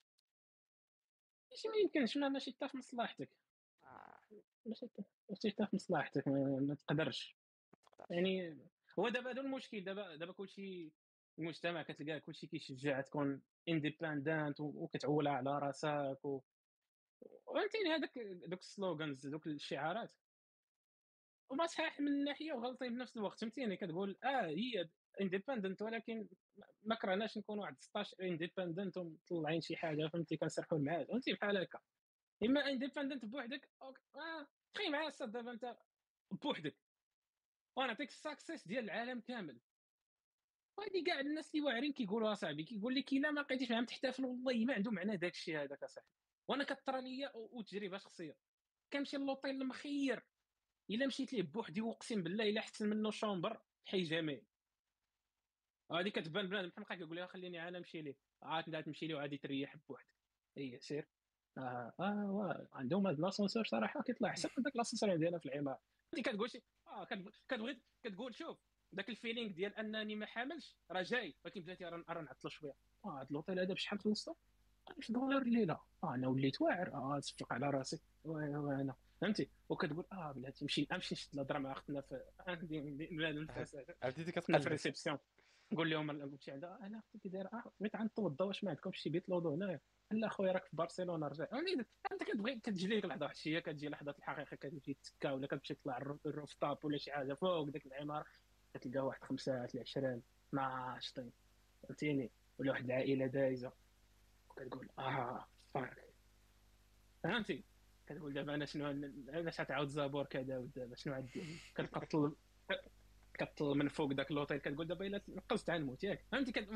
ماشي ما يمكنش، ما ماشي حتى في مصلحتك. آه. ماشي حتى ماشي حتى في مصلحتك، ما, ما تقدرش. ما تقدرش. يعني هو دابا هذا المشكل. دابا دابا كلشي المجتمع كتلقاه كلشي كيشجع تكون انديبندنت وكتعول على راسك و... فهمتيني هذاك دوك السلوغانز دوك الشعارات هما صحاح من ناحيه وغلطين بنفس الوقت. فهمتيني؟ كتقول اه هي انديبندنت ولكن ما كرهناش نكون واحد ستاشر انديبندنت ومطلعين شي حاجه فهمتي كنسرحوا المعاد. فهمتي بحال هكا. اما انديبندنت بوحدك أوك- اه تخي معايا الصاد دابا انت بوحدك ونعطيك الساكسيس ديال العالم كامل. وهادي كاع الناس اللي واعرين كيقولوا اصاحبي كيقول لك الا ما بقيتيش معاهم تحتفل والله ما عنده معنى داك الشيء هذاك اصاحبي. وانا كطرى ليا وتجربه شخصيه كنمشي للوطيل المخير الا مشيت ليه بوحدي واقسم بالله الا احسن منه شومبر حي جميل. هذه كتبان بنادم بحال هكا يقول لها خليني انا نمشي ليه عاد انت تمشي ليه وعادي تريح بوحدك. هي سير. اه اه وا- عندهم هاد لاسونسور صراحه كيطلع احسن من داك لاسونسور عندنا في العماره. انت كتقول شي اه كتب- كتبغي كتقول شوف داك الفيلينغ ديال انني ما حاملش راه جاي، ولكن بلاتي راه راه نعطلو شويه. اه هاد لوطيل هذا بشحال خلصتو؟ عشرة دولار الليله. اه انا وليت واعر اه تصفق على راسي وانا فهمتي. وكتقول اه بلاتي نمشي نمشي نشد الهضره مع اختنا في عندي بنادم بديتي اختنا في كتقلب. الريسبسيون. نقول لهم انا قلت عندها انا اختي كي دايره اه بغيت غنتوضا واش ما عندكمش شي بيت لوضو هنايا؟ لا خويا راك في برشلونه رجع. يعني انت كتبغي كتجي لك لحظه واحد الشيء كتجي لحظه الحقيقه كتمشي تسكا ولا كتمشي تطلع الروف توب ولا شي حاجه فوق ديك العماره كتلقى واحد خمسه عشرين ناشطين. فهمتيني؟ ولا واحد العائله دايزه وكتقول اه فاك. فهمتي؟ كتقول دابا انا شنو علاش غتعاود زابور كذا ودابا شنو غدير؟ كتبقى تطلب كطل من فوق داك لوطيل كتقول دابا الا نقصت غنموت ياك. فهمتي؟ كت...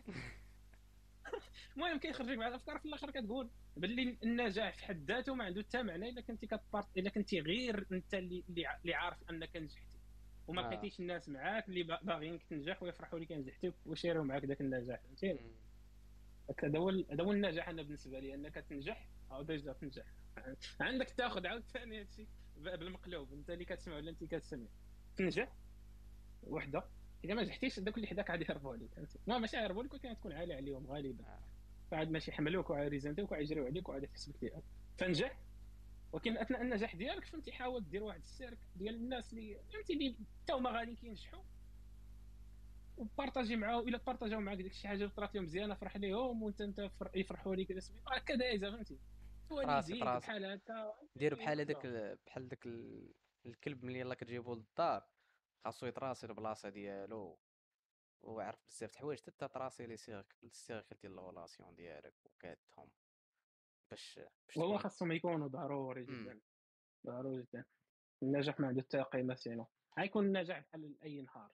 المهم كيخرجك مع الافكار في الاخر كتقول باللي النجاح في حد ذاته ما عنده حتى معنى الا كنتي كتبارت، الا كنتي غير انت اللي اللي عارف انك نجحتي وما اه. لقيتيش الناس معاك اللي باغيينك تنجح ويفرحوا لك نجحتي ويشيروا معاك ذاك النجاح. فهمتيني؟ مم. هذا هو هذا هو النجاح انا بالنسبه لي انك تنجح او ديجا تنجح. عندك تاخذ عاوتاني هادشي بالمقلوب انت اللي كتسمع ولا انت كتسمع تنجح وحده. اذا ما نجحتيش دوك اللي حداك عاد يهربوا عليك. فهمتي؟ ما ماشي يهربوا لك ولكن تكون عالي عليهم غالبا. آه. فعاد ماشي يحملوك وعاد يزنتوك وعاد يجريو عليك وعاد تحس باكتئاب. فنجح. ولكن اثناء النجاح ديالك فهمتي حاول دير واحد السيرك ديال الناس اللي فهمتي اللي حتى هما غادي كينجحوا وبارطاجي معاهم. الا بارطاجاو معاك ديك الشي حاجه طرات لهم مزيانه فرح ليهم وانت انت يفرحوا لك هكا دايزه. فهمتي؟ راسي والديك براسك بحال هكا. دير بحال هذاك يلا ال- بحال داك ال- الكلب ملي يلاه كتجيبو للدار خاصو يتراسي البلاصه ديالو ويعرف بزاف د الحوايج حتى تراسي لي سيرك السيركل ديال الريلاسيون ديالك وكادهم باش باش وهو تكون. خاصهم يكونوا ضروري امم جدا، ضروري جدا. النجاح ما عنده حتى قيمه سينو، غيكون النجاح بحال اي نهار،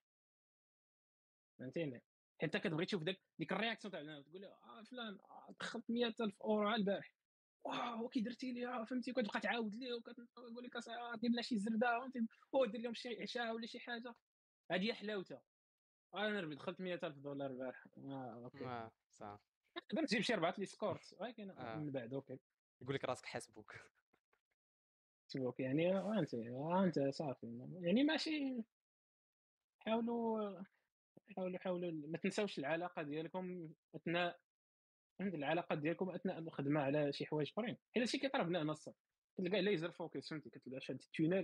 فهمتيني. حتى كتبغي تشوف داك ديك الرياكسيون تاع الناس، تقول له اه فلان آه دخلت مية ألف اورو على البارح، واه كي درتي لي آه فهمتي، كتبقى تعاود ليه وكتقول لك آه دير لنا شي زرده فهمتي، ودير لهم شي عشاء ولا شي حاجه. هذه هي حلاوتها. آه انا ربي دخلت مية ألف دولار البارح، اه اوكي. اه صح. تقدر تجيب شي اربعه لي سكورت ولكن اه من بعد اوكي. يقول لك راسك حاسبوك. تبوك يعني آه انت آه انت صافي يعني ماشي. حاولوا حاولوا حاولوا ما تنساوش العلاقه ديالكم اثناء، عند العلاقات ديالكم اثناء الخدمه على شي حوايج اخرين، حيت هادشي كيطرا بناء نصا. كتلقى ليزر فوكس فهمتي، كتلقى شاد التونيل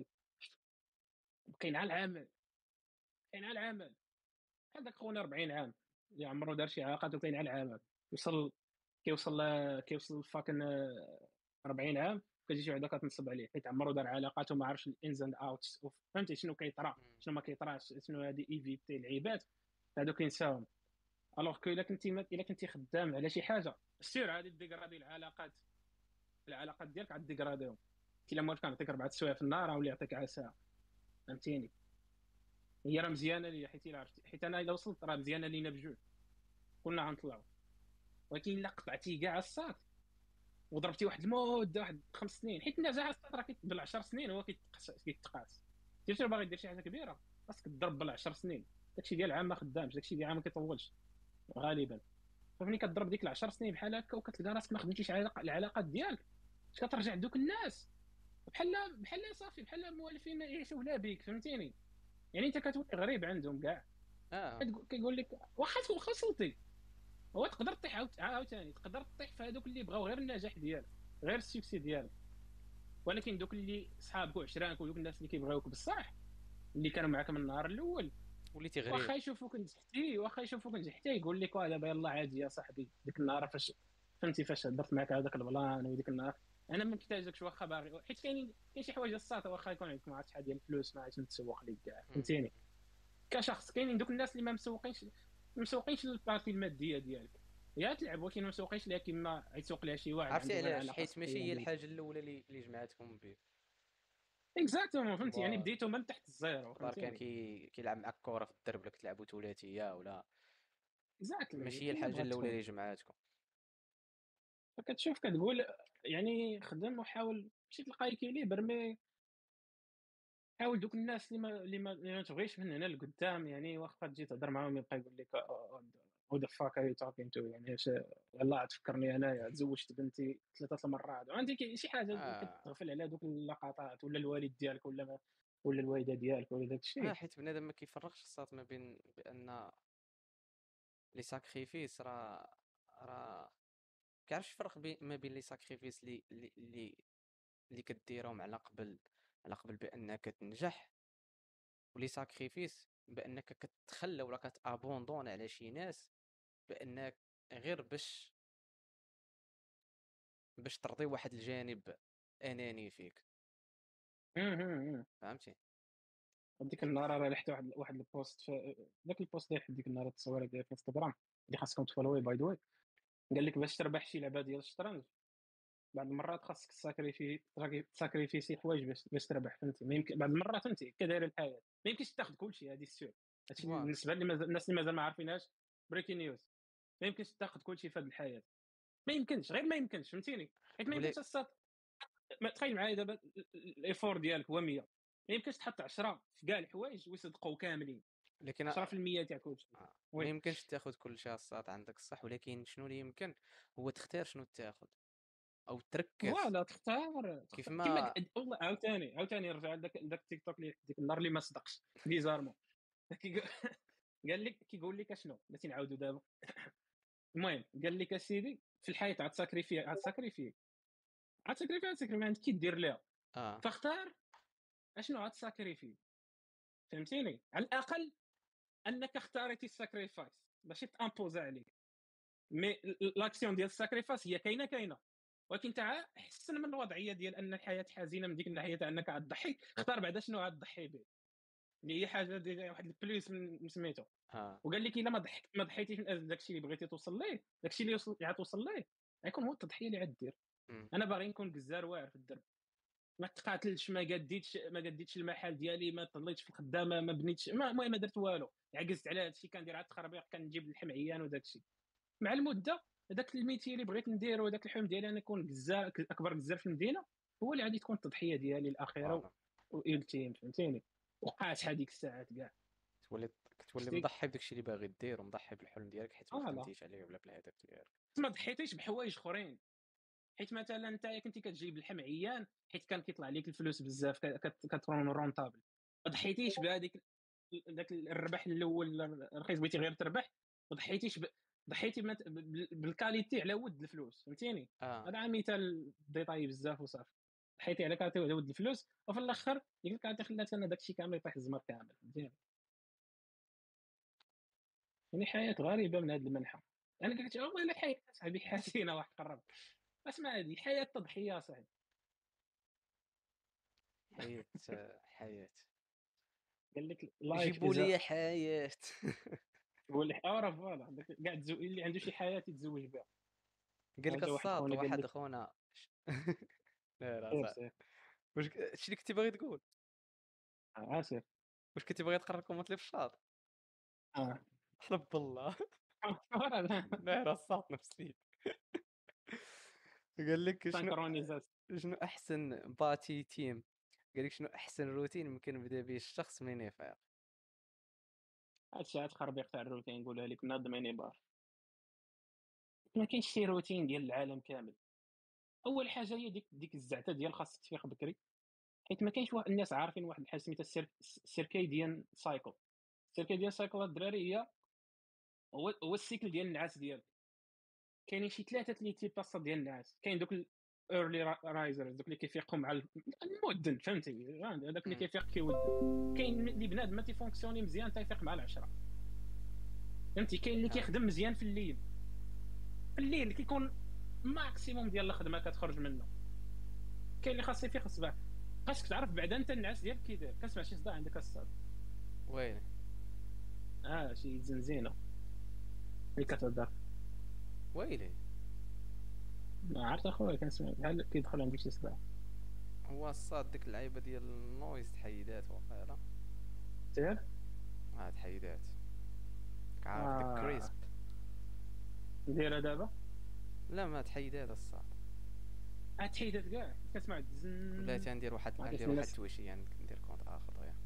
كاين على العمل، كاين على العمل. بحال داك خونا أربعين عام اللي عمرو دار شي علاقات وكاين على العمل، وصل كيوصل كيوصل فاكن أربعين عام كتجي شي وحده كتنصب عليه حيت عمرو دار علاقات وما عرفش الانز اند اوتس، فهمتي شنو كيطرا مم. شنو ما كيطراش، شنو هذه ايفيتي العيبات هذوك ينساهم. الوغ كو الا كنتي الا كنتي خدام على شي حاجه سير عادي ديغرادي العلاقات، العلاقات ديالك عاد ديغراديهم. كي لا موالف كنعطيك اربعه سوايع في النهار ولا يعطيك عساها، فهمتيني. هي راه مزيانه ليا حيت الا عرفتي، حيت انا الا وصلت راه مزيانه لينا بجوج كنا غنطلعوا. ولكن الا قطعتي كاع الساط وضربتي واحد المده واحد خمس سنين، حيت النجاح الساط راه كيتبل عشر سنين هو كيتقاس كيتقاس. انت باغي دير شي حاجه كبيره خاصك تضرب بال عشر سنين. داكشي ديال عام ما خدامش، داكشي ديال عام ما كيطولش غالبا. فملي كضرب ديك العشر سنين بحال هكا وكتلقى راسك ما خدمتيش على العلاقات ديالك، اش كترجع دوك الناس بحال بحال صافي بحال موالفين يعيشوا بلا بيك، فهمتيني. يعني انت كتولي غريب عندهم كاع. اه كتقول- كيقول لك واخا تكون خسرتي، هو تقدر تطيح عاوت- عاوتاني، تقدر تطيح في هذوك اللي بغاو غير النجاح ديالك، غير السوكسي ديالك. ولكن دوك اللي صحابك وعشرانك ودوك الناس اللي كيبغيوك بصح، اللي كانوا معاك من النهار الاول، وليتي غريب. واخا يشوفوك نجحتي واخا يشوفوك نجحتي يقول لك واه دابا يلاه عادي يا صاحبي. ديك النهار فاش فهمتي فاش هضرت معاك هذاك البلان وديك النهار انا ما محتاجكش واخا باغي، حيت كاين كاين شي حوايج الساطه واخا يكون عندك ما عرفت شحال ديال الفلوس ما عرفتش نتسوق ليك كاع، مم. فهمتيني. كشخص كاينين دوك الناس اللي ما مسوقينش ما مسوقينش للبارتي الماديه ديالك، يا تلعب ولكن ما مسوقينش ليها كيما غيسوق لها شي واحد عرفتي عنده غير علاش؟ علاقه حيت ماشي سطحيه هي بعيده. الحاجه الاولى اللي اللي جمعتكم به. اكزاكتومون فهمتي، يعني فوالا بديتو من تحت الزيرو، دار كان فهمتيني. كي كيلعب معك كره في الدرب ولا كتلعبوا ثلاثيه ولا اكزاكتلي ماشي هي كما الحاجه بغات الاولى تكون. اللي جمعتكم. فكتشوف كتقول يعني خدم وحاول ماشي تلقى ايكيليبر، مي حاول دوك الناس اللي ما اللي ما, اللي ما تبغيش من هنا لقدام، يعني واخا تجي تهضر معاهم يبقى يقول لك هو ذا فاك ار يو توكين تو، يعني اش يلاه تفكرني انايا تزوجت بنتي ثلاثه المرات عندي شي حاجه اه كتغفل على دوك اللقطات، ولا الوالد ديالك ولا ما ولا الوالده ديالك ولا داك اه الشيء. حيت بنادم ما كيفرقش الصاط ما بين بان لي ساكريفيس راه راه كيعرفش يفرق بين ما بين لي ساكريفيس اللي اللي اللي اللي كديرهم على قبل على قبل بانك تنجح، ولي ساكريفيس بانك كتخلى ولا كتابوندون على شي ناس بانك غير باش باش ترضي واحد الجانب اناني فيك. اها فهمتي؟ ديك النهار راه لحت واحد واحد البوست في ذاك البوست اللي حيت ديك النهار التصويره ديال في انستغرام اللي خاصكم تفولوي باي ذا واي. قال لك باش تربح شي لعبه ديال الشطرنج بعض المرات خاصك تساكريفي تساكريفي شي حوايج باش باش تربح، فهمتي. ما يمكن بعض المرات فهمتي كداير الحياه ما يمكنش تاخذ كل شيء، هذه السير. هادشي اللي فوالا بالنسبه لي مازال الناس اللي مازال ما عارفينهاش بريكين نيوز. ما يمكنش تاخذ كل شيء في هذه الحياه، ما يمكنش غير ما يمكنش، فهمتيني. حيت ما ولي يمكنش الصاد. ما تخيل معايا دابا الايفور ديالك هو مية، ما يمكنش تحط عشرة في كاع الحوايج ويصدقوا كاملين لكن عشرة في المية تاع كل شيء. آه، ما وي يمكنش تاخذ كل شيء الصاد، عندك الصح، ولكن شنو اللي يمكن هو تختار شنو تاخذ او تركز. فوالا تختار كيف تختار كما ما ق- والله عاوتاني عاوتاني رجع لذاك لذاك التيك توك اللي ديك النهار اللي ما صدقش بيزارمون. قال لك كيقول لك اشنو بلاتي نعاودو دابا. المهم قال لك اسيدي في الحياه عاد ساكريفي عاد ساكريفي عاد ساكريفي عاد ساكريفي ما عندك كي دير ليها. اه فاختار اشنو عاد ساكريفي، فهمتيني. على الاقل انك اختاريتي الساكريفايس ماشي تامبوزا عليك. مي لاكسيون ديال الساكريفاس هي كاينه كاينه، ولكن تاع حسن من الوضعيه ديال ان الحياه حزينه من ديك الناحيه تاع انك غتضحي، اختار بعدا شنو غتضحي به، اللي هي حاجه ديال واحد البلوس من من سميتو. اه وقال لك الا ما ضحك ما ضحيتيش من اجل داكشي اللي بغيتي توصل ليه، داكشي اللي يوصل اللي غتوصل ليه غيكون هو التضحيه اللي غدير. مم. انا باغي نكون جزار واعر في الدرب، ما تقاتلش، ما قديتش ما قديتش المحل ديالي، ما طليتش في الخدامه، ما بنيتش، ما- المهم ما درت والو، عجزت على هادشي، كندير عاد التخربيق، كنجيب اللحم عيان وداك الشيء. مع المده هذاك الميتي اللي بغيت نديرو، هذاك الحلم ديالي انا نكون جزار، اكبر جزار في المدينه، هو اللي غادي تكون التضحيه ديالي الاخيره فوالا والتيم، فهمتيني. وقعت هذيك الساعات كاع. تولي كتولي شتي. مضحي بداكشي اللي باغي دير ومضحي بالحلم ديالك حيت ما فوالا. خدمتيش عليه ولا بالهدف ديالك. ما ضحيتيش بحوايج اخرين، حيت مثلا انت كنتي كتجيب اللحم عيان حيت كان كيطلع لك الفلوس بزاف، ك- كت- كتكون رونطابل، ما ضحيتيش بهذيك ذاك الربح الاول الرخيص، بغيتي غير تربح، ما ضحيتيش ب... ضحيتي بمت... بال- بالكاليتي على ود الفلوس، فهمتيني. اه هذا مثال ديتاي بزاف وصافي. ضحيتي على كاليتي على ود الفلوس، وفي الاخر ديك الكاليتي خلات انا داك الشيء كامل يطيح الزمر كامل، فهمتيني. يعني حياه غريبه من هذا المنحى. انا قلت والله لا حياه صاحبي حزينه واحد قرب. اسمع، هذه حياه تضحيه صاحبي. حياة حياة قال لك لايف جيبوا اذا لي حياة. هو اللي راه فوالا داك كاع تزو... اللي عنده شي حياه يتزوج بها. قال لك جا واحد الصاط خونا قال واحد لك اخونا. لا لا سير صح. سير. واش ك- هادشي اللي كنتي باغي تقول؟ اه سير. واش كنتي باغي تقرا كومنت لي في الشاط؟ اه حلف بالله. فوالا. لا راه الصاط نفسي. قال لك شنو سانكرونيزاسيون. شنو احسن باتي تيم؟ قال لك شنو احسن روتين ممكن يبدا به الشخص من يفيق؟ هادشي عاد خربيق تاع الروتين، نقولها لك ناض ميني بار. ما كاينش شي روتين ديال العالم كامل. اول حاجه هي ديك ديك الزعته ديال خاصك تفيق بكري، حيت ما كاينش واحد الناس عارفين واحد الحاجه سميتها السير... السيركيديان سايكل. السيركيديان سايكل الدراري هي هو هو السيكل ديال النعاس ديالك. كاينين شي ثلاثه لي تيباصات ديال النعاس. كاين دوك الايرلي رايزرز، دوك اللي كيفيقوا مع ال- المدن، فهمتي، هذاك اللي مم. كيفيق كيودن. كاين اللي بنادم ما تيفونكسيوني مزيان تيفيق مع العشرة، فهمتي. كاين اللي اه كيخدم مزيان في الليل، في الليل كيكون ماكسيموم ديال الخدمه كتخرج منه. كاين اللي خاص يفيق الصباح. خاصك تعرف بعدا انت النعاس ديالك كي داير. كنسمع شي صداع عندك الصاد. وين؟ اه شي زنزينه اللي كتهضر. ويلي. ما عرفت اخويا، كنسمع بحال كيدخل عندك شي صداع. هو الصاد ديك اللعيبه ديال النويز تحيدات واقيلا. سير. اه تحيدات. عارف ديك اه كريسب؟ نديرها دابا. لا ما تحيدات الصاد. اه تحيدات كاع، كنسمع ولا الزن. تندير واحد ما كيف ندير واحد الناس. التويشي يعني ندير كونت اخر يا.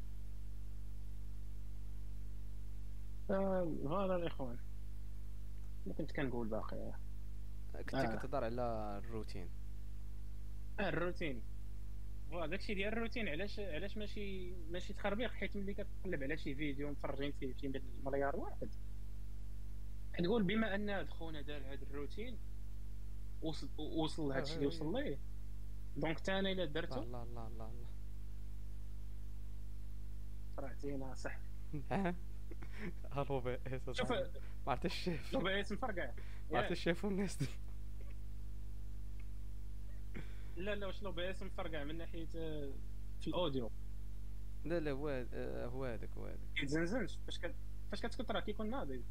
آه، فوالا الاخوان، ما كنت كنقول باقي. كنتي اه كتهضر على الروتين. اه الروتين. فوالا داكشي ديال الروتين، علاش علاش ماشي ماشي تخربيق، حيت ملي كتقلب على شي فيديو مفرجين فيه شي مليار واحد، تقول بما ان هاد خونا دار هاد الروتين وصل وصل اه لهادشي اللي وصل اه ليه، دونك تا انا الا اه درتو الله الله الله الله. صراحتين صح. ها. هالو بي اس شوف اصاحبي. ما عرفتش الشيف. لو بغيت مفرقع. ما عرفتش ياك. الشيف والناس دي. لا لا، واش لو بي اس مفرقع من ناحيه آه، في الاوديو لا لا هو هاد- آه، هو هذاك هو هذاك. كيتزنزنش فاش كت... فاش كتكون راه كيكون ناضي.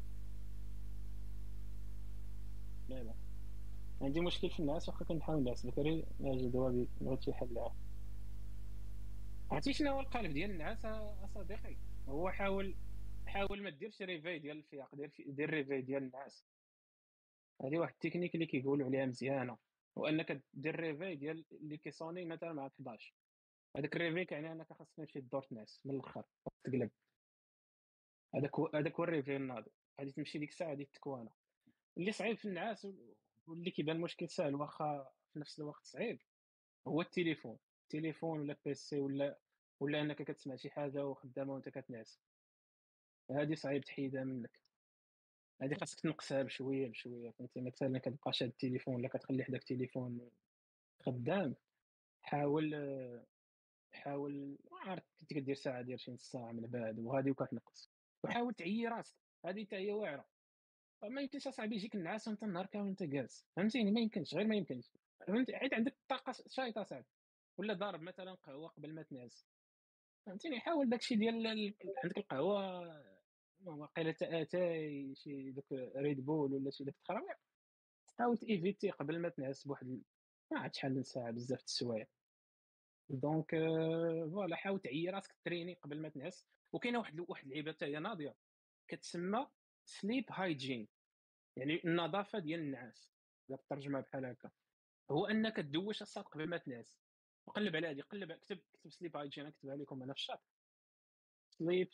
لا لا، عندي مشكل في الناس، واخا كنحاول نعس بكري ما جا دوابي ما شي حل لها. عرفتي شنو هو القالب ديال النعاس ا- اصديقي؟ هو حاول حاول ما ديرش ريفاي ديال الفياق، دير في... دير ريفاي ديال النعاس. هذه واحد التكنيك اللي كيقولوا عليها مزيانه، وانك دير ريفاي ديال اللي كيصوني مثلا مع حداش. هذاك الريفاي كيعني انك خاصك تمشي دور تنعس من الاخر، تقلب. هذاك هو هذاك هو الريفاي الناضي. غادي تمشي ديك الساعه، غادي تكوانا. اللي صعيب في النعاس و- واللي كيبان مشكل سهل واخا في نفس الوقت صعيب، هو التليفون. التليفون ولا بيسي ولا ولا انك كتسمع شي حاجه وخدامه وانت كتنعس، هذه صعيب تحيدها منك. هذه خاصك تنقصها بشويه بشويه، فهمتي. مثلا كتبقى شاد التليفون ولا كتخلي حداك التليفون خدام. حاول حاول ما عرفت، كنت كدير ساعه، دير شي نص ساعه من بعد، وهذه وكتنقص. وحاول تعيي راسك، هذه حتى هي واعره. ما يمكنش اصاحبي يجيك النعاس وانت النهار كامل وانت جالس، فهمتيني؟ ما يمكنش، غير ما يمكنش، فهمتي؟ حيت عندك الطاقه شايطه صاحبي، ولا ضارب مثلا قهوه قبل ما تنعس، فهمتيني؟ حاول داكشي ديال ال... عندك القهوه واقيلا تا اتاي شي دوك ريد بول ولا شي داك التخربيق، حاول تيفيتي قبل ما تنعس بواحد ال- ما عرفت شحال من ساعه، بزاف د السوايع. دونك آه، فوالا حاول تعيي راسك تريني قبل ما تنعس. وكاينه واحد واحد اللعيبه حتى هي ناضيه كتسمى سليب هايجين، يعني النظافه ديال النعاس، اذا الترجمه بحال هكا، هو انك تدوش الصوت قبل ما تنعس. وقلب على هذه، قلب كتب كتب سليب هايجين، نكتبها لكم انا في الشات. سليب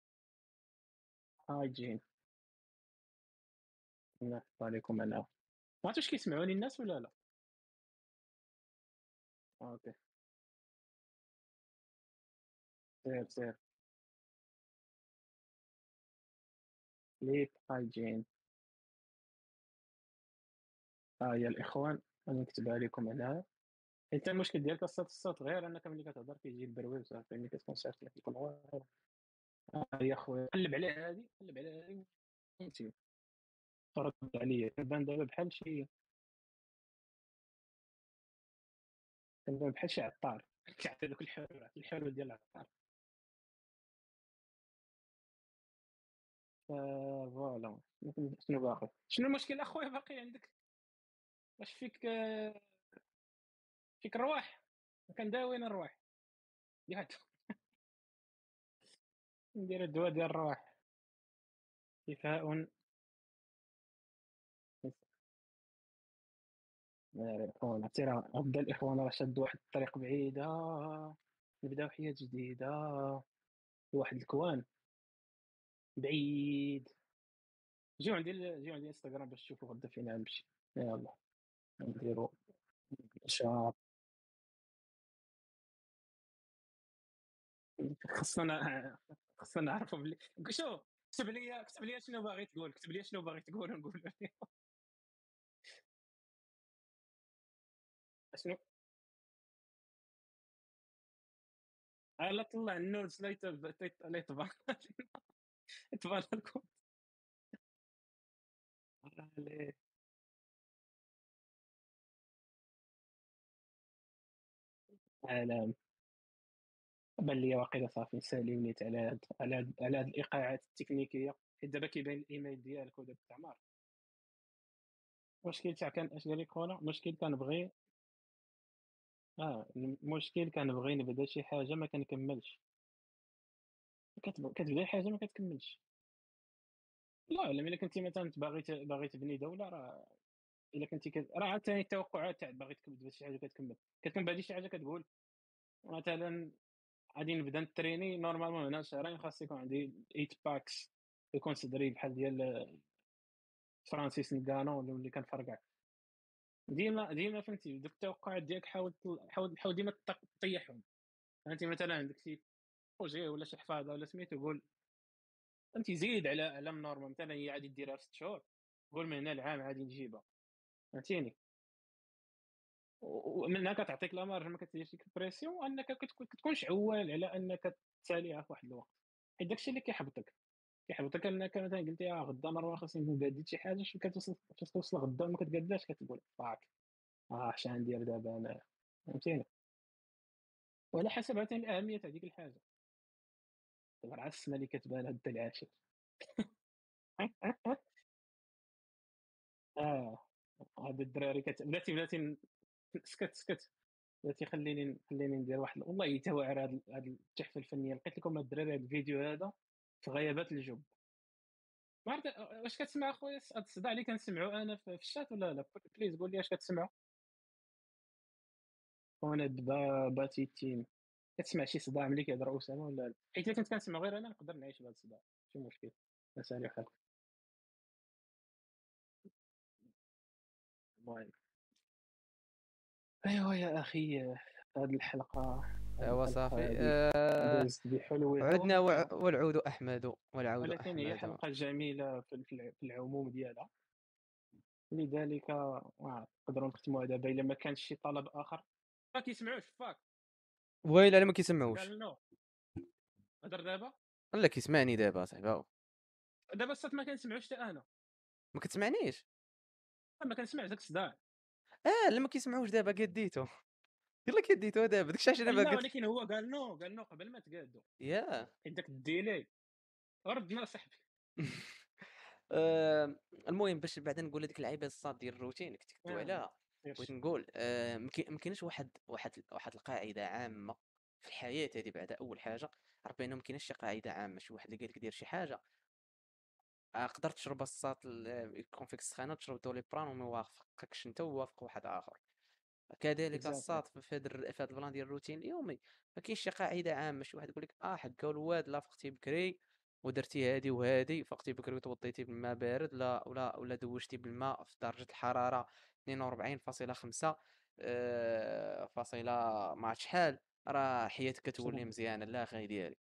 هايجين، نحطها لكم انا. ما عرفتش واش كيسمعوني الناس ولا لا. اوكي، سير سير. سليب هايجين، ها هي الاخوان، انا نكتبها لكم هنا. انت المشكل ديالك الصوت، الصوت غير انك ملي كتهضر كيجي البروي وصافي، ملي كتكون صافي كيكون واعر. ها هي خويا، قلب على هذه، قلب على هذه، فهمتي؟ رد عليا، كنبان دابا بحال شي، كنبان بحال شي عطار كيعطي دوك الحلول، الحلول ديال العطار. آه، فوالا. شنو باقي؟ شنو المشكل اخويا باقي عندك؟ واش فيك آه، فيك الرواح؟ كنداوي انا الرواح، ياك ندير الدواء ديال الرواح، شفاء. الاخوان عرفتي، راه غدا الاخوان راه شادوا واحد الطريق بعيده، نبداو حياه جديده، واحد الكوان بعيد. جيو عندي ال- جيو عندي انستغرام باش تشوفوا غدا فين غنمشي. يلا نديرو شهر. خصنا خصنا نعرفوا بلي، شوف، كتب لي كتب لي شنو باغي تقول، كتب لي شنو باغي تقول ونقول لك. شنو؟ لا طلع النودز، لا يتب- تيت- لا يتبان يتبان لكم عليه. علام، بان لي واقيلا صافي نساليو نيت على هاد على هاد على هاد الايقاعات التكنيكيه، حيت دابا كيبان الايميل ديالك وداك التعمار. المشكل تاع كان اش قال لك خونا، المشكل كنبغي، اه المشكل كنبغي نبدا شي حاجه ما كنكملش. كتب- كتبدا حاجه ما كتكملش. لا لا، الا كنتي مثلا باغي ت- باغي تبني دوله، راه الا كنتي كت... راه عاوتاني التوقعات تاع باغي تكمل شي حاجه كتكمل، كتكون بعد شي حاجه كتقول مثلا غادي نبدا نتريني نورمالمون هنا شهرين، خاص يكون عندي ثمانية باكس، يكون صدري بحال ديال فرانسيس نغانو ولا اللي كنفرقع. ديما ديما فهمتي دوك التوقعات ديالك، حاول تل- حاول حاول ديما تط- تطيحهم. فهمتي؟ مثلا عندك شي بروجي ولا شي حفاظه ولا سميتو، قول فهمتي زيد على على النورمال، مثلا هي غادي ديرها في ست شهور، قول من هنا العام غادي نجيبها. فهمتيني؟ و- ومنها كتعطيك لا مارج، ما كتديرش ديك البريسيون، انك كتكون كتكونش عوال على انك تساليها في واحد الوقت، حيت داكشي اللي كيحبطك. كيحبطك انك مثلا قلتي اه غدا مره خاصني نكون قاديت شي حاجه، شنو كتوصل كتوصل غدا وما كتقاداش، كتقول فاك، اه اش غندير دابا انا؟ فهمتيني؟ وعلى حسب عاوتاني الاهميه تاع ديك الحاجه، دابا راه السنه اللي كتبان هاد العاشر. اه، هاد الدراري كت... بلاتي بلاتي ن- سكت سكت، بلاتي خليني خليني ندير واحد، والله حتى واعر هاد هاد التحفه الفنيه. لقيت لكم هاد الدراري هاد الفيديو هذا في غيابات الجب. ما عرفت واش كتسمع اخويا هاد الصداع اللي كنسمعو انا في في الشات ولا لا؟ بليز قول لي اش كتسمعوا. وانا دابا باتي تيم، كتسمع شي صداع ملي كيهضر اسامه ولا لا؟ حيت الا كنت كنسمع غير انا نقدر نعيش بهذا الصداع، شي مشكل. مسالي حالك. المهم، ايوا يا اخي، هذه الحلقه هذه ايوا الحلقه صافي هذه آه... دازت بحلوها عدنا وع- ومرها، والعود احمد والعود ولكن هي احمد. حلقه جميله في في الع- في العموم ديالها. لذلك آه، نقدروا نختموها دابا الا ما كانش شي طلب اخر. ما كيسمعوش فاك. ويلا ما كيسمعوش. قال نو، هضر دابا. لا كيسمعني دابا صاحبي. دابا الصوت ما كنسمعوش حتى انا. ما كتسمعنيش؟ ما كنسمعش داك الصداع. اه لا ما كيسمعوش دابا قديتو. يلا كيديتو دابا داكشي علاش دابا لا قلت. ولكن هو قال نو، قال نو قبل ما تقادو، ياه. حيت داك الديلي ردنا صاحبي. آه، المهم باش بعدا نقول هذيك اللعيبه الصاد ديال الروتين اللي كنت كدوي اه عليها. بغيت سيرش. نقول آه، ما كاين- ما كاينش واحد واحد واحد القاعده عامه في الحياه هذه. بعدا اول حاجه عرف بانه ما كاينش شي قاعده عامه، شي واحد اللي قال لك دير شي حاجه آه، قدرت تشرب الصاط ال- يكون فيك السخانه تشرب دوليبران وما يوافقكش انت ووافق واحد اخر. كذلك اكزاكتلي. الصاد في هذا في هذا البلان ديال الروتين اليومي ما كاينش شي قاعده عامه. شي واحد يقول لك اه حكا الواد لا فقتي بكري ودرتي هادي وهادي، فقتي بكري وتوضيتي بالماء بارد لا ولا ولا دوشتي بالماء في درجه الحراره اثنين وأربعين فاصلة خمسة آه، فاصلة ما عرفت شحال، راه حياتك كتولي مزيانه. لا اخي ديالي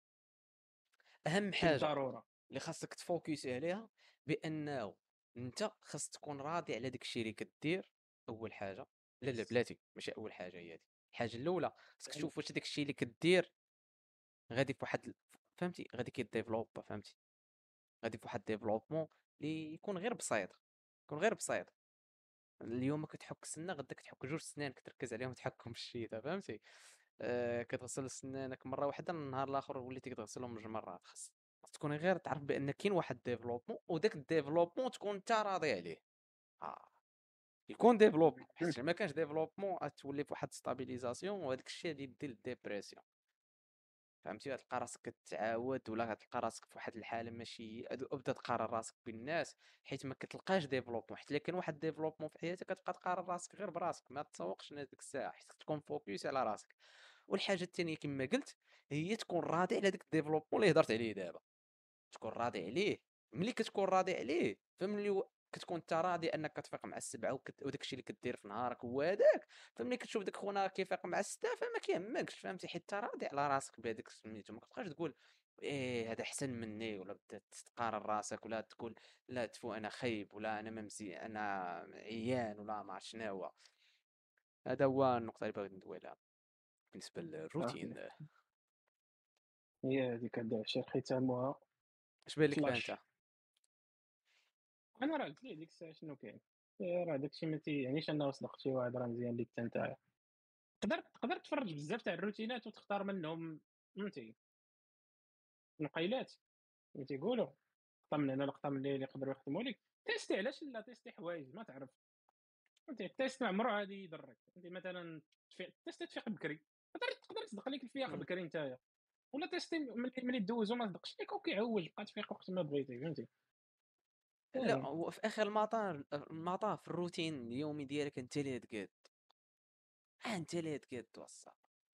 اهم حاجه بالضروره. اللي خاصك تفوكسي عليها بانه انت خاص تكون راضي على داك الشيء اللي كدير. اول حاجه لا لا يس. بلاتي ماشي اول حاجه هي هذه. الحاجه الاولى خاصك يعني تشوف واش داك الشيء اللي كدير غادي في واحد ال- فهمتي غادي كيديفلوب فهمتي غادي في واحد ديفلوبمون اللي يكون غير بسيط. يكون غير بسيط. اليوم كتحك سنه غدا كتحك جوج سنان كتركز عليهم تحكم في الشيء فهمتي. آه كتغسل سنانك مره واحده النهار الاخر وليتي كتغسلهم جوج مرات. خاص خاص تكون غير تعرف بان كاين واحد ديفلوبمون وداك الديفلوبمون تكون انت راضي عليه. اه يكون ديفلوبمون حيت ما كانش ديفلوبمون غتولي في واحد ستابيليزاسيون وهذاك الشيء اللي يدي للديبرسيون فهمتي. غتلقى راسك كتعاود ولا غتلقى راسك في واحد الحاله ماشي ابدا تقارن راسك بالناس حيت ما كتلقاش ديفلوبمون. حيت الا كان واحد ديفلوبمون في حياتك كتبقى تقارن راسك غير براسك ما تسوقش لهذيك الساعه حيت تكون فوكس على راسك. والحاجه الثانيه كما قلت هي تكون راضي على داك الديفلوبمون اللي هضرت عليه دابا. تكون راضي عليه. ملي كتكون راضي عليه فملي و- كتكون انت راضي انك كتفيق مع السبعه وكت... وداك الشيء اللي كدير في نهارك هو هذاك. فملي كتشوف داك خونا كيفيق مع السته فما كيهمكش فهمتي حيت انت راضي على راسك بهذاك سميتو. ما كتبقاش تقول ايه هذا احسن مني ولا بدا تقارن راسك ولا تقول لا تفو انا خايب ولا انا ممزي انا عيان ولا ما عرفت شنو هو. هذا هو النقطه اللي بغيت ندوي عليها بالنسبه صافي، للروتين. هي هذيك الدعشة ختامها اش بان لك انت؟ فلاش. انا راه قلت ليه ديك الساعه شنو كاين. إيه راه داكشي ما تيعنيش انه صدق شي واحد راه مزيان ليك حتى نتايا. تقدر تقدر تفرج بزاف تاع الروتينات وتختار منهم فهمتي نقيلات كما تيقولوا، لقطه من هنا لقطه من اللي اللي يقدروا يخدموا لك. تيستي علاش لا تيستي حوايج ما تعرف فهمتي. التيست ما عمره غادي يضرك فهمتي. مثلا تفيق تيست تفيق بكري، تقدر تقدر تصدق لك الفياق مم. بكري نتايا. ولا تيستي ملي ملي دوزو ما صدقش ليك وكيعوج بقى تفيق وقت ما بغيتي فهمتي. لا يعني هو في اخر المطار المطاف الروتين اليومي ديالك انت اللي تقاد. آه، انت اللي تقاد توصل.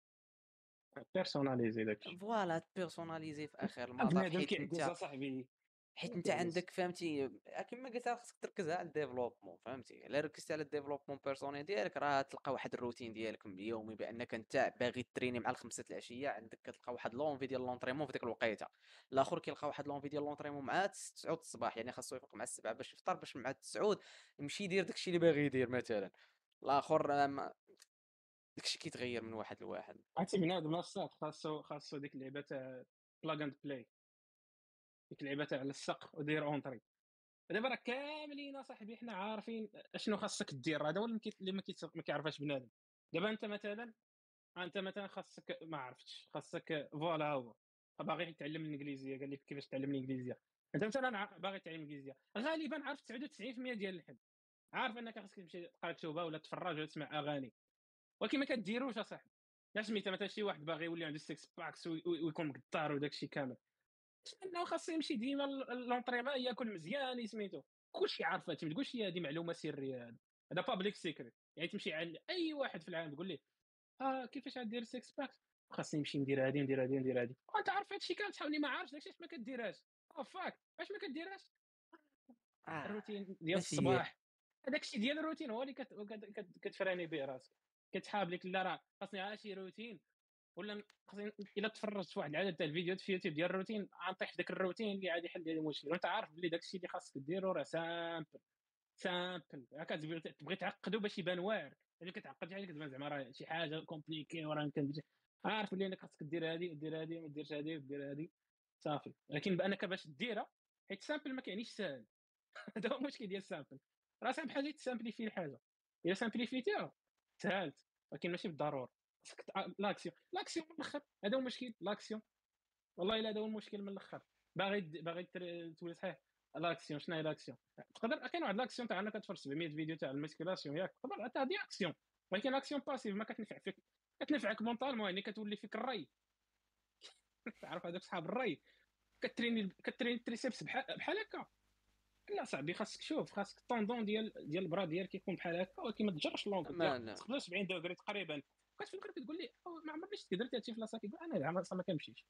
بيرسوناليزي داكشي. فوالا تبيرسوناليزي في اخر المطاف بنادم حيت كيعكس انت اصاحبي حيت انت كيعكس. عندك فهمتي كما قلت لك خصك تركز على الديفلوبمون فهمتي. الا ركزتي على الديفلوبمون بيرسونيل ديالك راه تلقى واحد الروتين ديالك يومي بانك انت باغي تريني مع الخمسة العشيه عندك كتلقى واحد لونفي ديال لونطريمون في ديك الوقيته. الاخر كيلقى واحد لونفي ديال لونطريمون مع تسعة الصباح يعني خاصو يفيق مع السبعة باش يفطر باش مع تسعة يمشي يدير داكشي اللي باغي يدير مثلا. الاخر آه، ما- داكشي كيتغير من واحد لواحد. عرفتي بنادم الصاد خاصو خاصو ديك اللعبه تاع بلاغ اند بلاي، ديك اللعبه تاع على السق ودير اونطري. دابا راه كاملين اصاحبي حنا عارفين اشنو خاصك دير. هذا هو اللي ما كي- اللي ما كيت- ما كيعرفهاش بنادم. دابا انت مثلا انت مثلا خاصك ما عرفتش خاصك فوالا هو باغي تعلم الانجليزيه قال لك كيفاش تعلم الانجليزيه. انت مثلا ع- باغي تعلم الانجليزيه غالبا عارف تسعة وتسعين بالمئة ديال الحل، عارف انك خاصك تمشي تقرا كتوبه ولا تفرج ولا تسمع اغاني، ولكن ما كديروش اصاحبي. لا سميتها مثلا شي واحد باغي يولي عنده سيكس باكس وي- وي- ويكون مقطار وداك الشيء كامل، انه خاصو يمشي ديما لونطريمون ياكل مزيان سميتو. كلشي عارفه ما تقولش لي هذه معلومه سريه. هذا هذا بابليك سيكريت يعني تمشي عند اي واحد في العالم تقول ليه اه كيفاش غدير سيكس باك خاصني نمشي ندير هادي ندير هادي ندير هادي وانت عارف هادشي كامل. شحال ما عارفش داكشي علاش ما كديرهاش. اه فاك علاش ما كديرهاش. اه الروتين ديال ماشي هي. الصباح هذاك الشيء ديال الروتين هو اللي كت... كت... كت... كتفراني به راسك. كتحاب لك لا راه خاصني عا شي روتين ولا خاصني الا تفرجت في واحد العدد تاع الفيديوهات في يوتيوب ديال الروتين غنطيح في ذاك الروتين اللي غادي يحل لي المشكل. وانت عارف بلي داك الشيء اللي خاصك ديرو راه سامبل سامبل. هكا تبغي تبغي تعقدو باش يبان واعر. اللي كتعقد عليك كتبان زعما راه شي حاجه كومبليكي وراه كندير. عارف بلي انك خاصك دير هادي ودير هادي وما ديرش هادي ودير هادي صافي. لكن بانك باش ديرها حيت سامبل ما كيعنيش ساهل. هذا هو المشكل ديال السامبل، راه سامبل حاجه تسامبليفي الحاجه، الا سامبليفيتيها سهلت، ولكن ماشي بالضروره. خاصك تع- لاكسيون لاكسيون من الاخر، هذا هو المشكل لاكسيون. والله الا هذا هو المشكل من الاخر. باغي د- باغي تر- تولي صحيح لاكسيون. شنو هي لاكسيون؟ تقدر كاين واحد لاكسيون تاع انك تفرج سبعمية فيديو تاع الميسكيلاسيون ياك، تقدر حتى هذه اكسيون، ولكن لاكسيون باسيف ما كتنفع فيك، كتنفعك مونطالمون، يعني كتولي فيك الري. تعرف هذوك صحاب الري، كتريني كتريني التريسيبس بحال بحال هكا. لا صاحبي خاصك، شوف خاصك الطوندون ديال ديال البرا ديالك يكون بحال هكا، ولكن ما تجرش لونغ ديال اما لا تقدر سبعين دوغري تقريبا. كتفكر كتقول لي أو ما عمرني شفت درت هادشي في لاصا، كيقول انا زعما اصلا ما كنمشيش.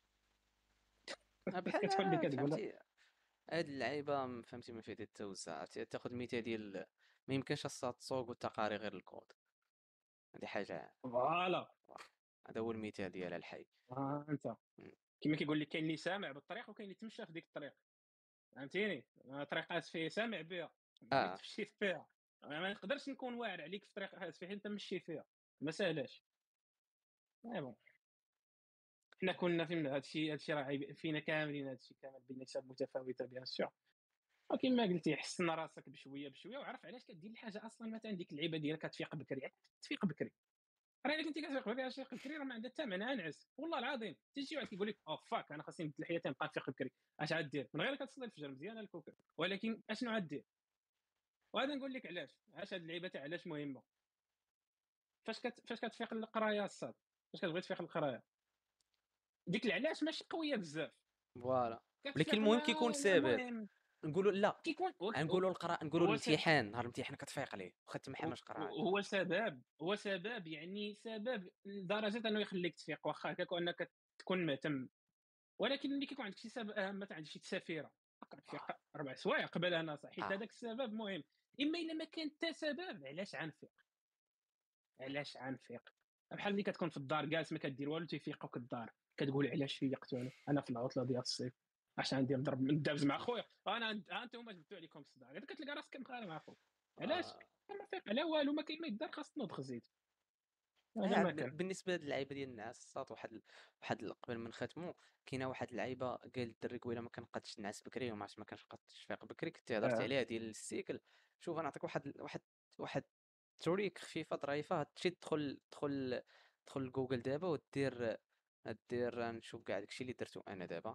كتولي بحال كتقول له فهمتي. هاد اللعيبه م- فهمتي ما فيها التوسع. ت- تاخذ المثال ديال ما يمكنش اصلا تسوق وتقاري غير الكود. هذه حاجه فوالا. واخا. هذا هو المثال ديالها الحي. ها انت م. كما كيقول لك كاين اللي سامع بالطريق وكاين اللي تمشى في ديك الطريق، فهمتيني؟ آه، طريقات فيه سامع بها، بغيت اه تمشي فيها. أنا ما نقدرش نكون واعر عليك في طريق فيه انت مشي فيها، ما ساهلاش. مي بون، حنا كنا فهمنا هادشي هادشي راه عيب فينا كاملين، هادشي كامل بنسب متفاوته بيان سور. ولكن ما قلتي حسن راسك بشويه بشويه، وعرف علاش كدير الحاجه اصلا. مثلا ديك اللعيبه ديالك كتفيق بكري، علاش تفيق بكري؟ راه الا كنتي كتفيق بكري علاش تفيق بكري؟ راه ما عندها حتى معنى، انعس والله العظيم. تيجي شي واحد كيقول لك او فاك انا خاصني نبدل حياتي نبقى نفيق بكري، اش غدير من غير كتصلي الفجر مزيان الكوكب؟ ولكن اشنو غدير؟ وهذا نقول لك علاش، علاش هاد اللعيبه تاع علاش مهمه. فاش كت... فاش كتفيق للقرايه الصاد، فاش كتبغي تفيق للقرايه، ديك العلاش ماشي قويه بزاف. فوالا. ولكن كتفيق المهم لا كيكون لا ثابت. المهم نقولوا لا، كيكون هو نقولوا القراء، نقولوا هو س- الامتحان، نهار الامتحان كتفيق ليه واخا انت ما حماش قرات. هو سبب هو سبب يعني سبب لدرجه انه يخليك تفيق واخا هكاك وانك تكون مهتم. ولكن ملي كيكون عندك شي سبب اهم، مثلا عندك شي تسافيره كتفيق اربع سوايع قبل انا صح، حيت اه هذاك السبب مهم. اما الا ما كان حتى سبب، علاش غنفيق؟ علاش غنفيق؟ بحال ملي كتكون في الدار جالس ما كدير والو تيفيقوك الدار، كتقول علاش فيقت انا انا في العطله ديال الصيف، عشان عندي نضرب ندابز مع خويا، انا ها انتم جبتوا عليكم الصداع، غير كتلقى راسك مخالف مع خوك. علاش؟ آه. ما فيق على والو، ما كاين ما يدار، خاص تنوض خزيت. هذا آه، ما ب- كان. بالنسبه للعيبه ديال النعاس الساط، واحد ال- واحد ال- قبل ما نختموا، كاينه واحد اللعيبه قال الدري قبيله ما كنقدش نعس بكري وما عرفتش ما كنقدش فيق بكري، كنت هضرت اه. عليها ديال السيكل. شوف انا نعطيك واحد واحد واحد تريك خفيفه ظريفه. تمشي تدخل تدخل تدخل لجوجل دابا ودير دير نشوف كاع داكشي اللي درتو انا دابا.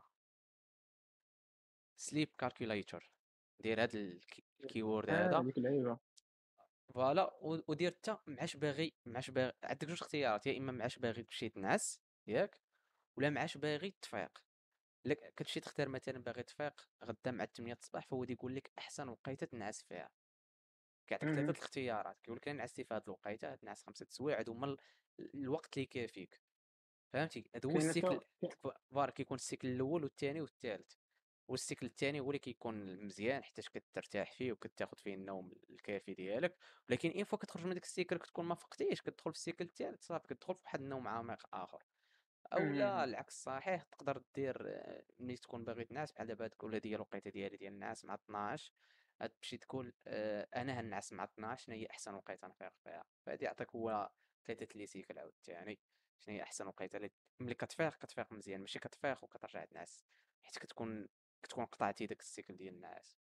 سليب كالكوليتر، دير هاد الكي- الكيورد اه هذا. هذيك اللعيبه. فوالا و- ودير حتى معاش باغي معاش باغي عندك جوج اختيارات، يا اما معاش باغي تمشي تنعس ياك، ولا معاش باغي تفيق. الا ك- كتمشي تختار مثلا باغي تفيق غدا مع ثمانية الصباح، فهو يقول لك احسن وقيته تنعس فيها. كيعطيك ثلاثه مهم. الاختيارات، كيقول لك الا نعستي في هذه الوقيته تنعس خمسة سوايع، هادو هما ال- الوقت اللي كافيك. فهمتي؟ هذا هو كاينه السيكل. تو كاين- فار كيكون السيكل الاول والثاني والثالث. والسيكل الثاني هو اللي كيكون مزيان حيتاش كترتاح فيه وكتاخذ فيه النوم الكافي ديالك. ولكن اين فوا كتخرج من داك السيكل كتكون ما فقتيش، كتدخل في السيكل الثالث صافي كتدخل في واحد النوم عميق اخر. او لا مهم. العكس صحيح، تقدر دير آه، ملي تكون باغي تنعس بحال دابا تقول هذه هي الوقيته ديالي ديال النعاس مع اثناش. تمشي تقول آه، انا هنعس مع اثناش، شنو هي احسن وقيته نفيق فيها. فهادي يعطيك هو ثلاثه لي سيكل عاوتاني. شنو هي احسن وقيته اللي ملي كتفيق كتفيق مزيان، ماشي كتفيق وكترجع تنعس، حيت كتكون كتكون قطعتي داك السيكل ديال النعاس.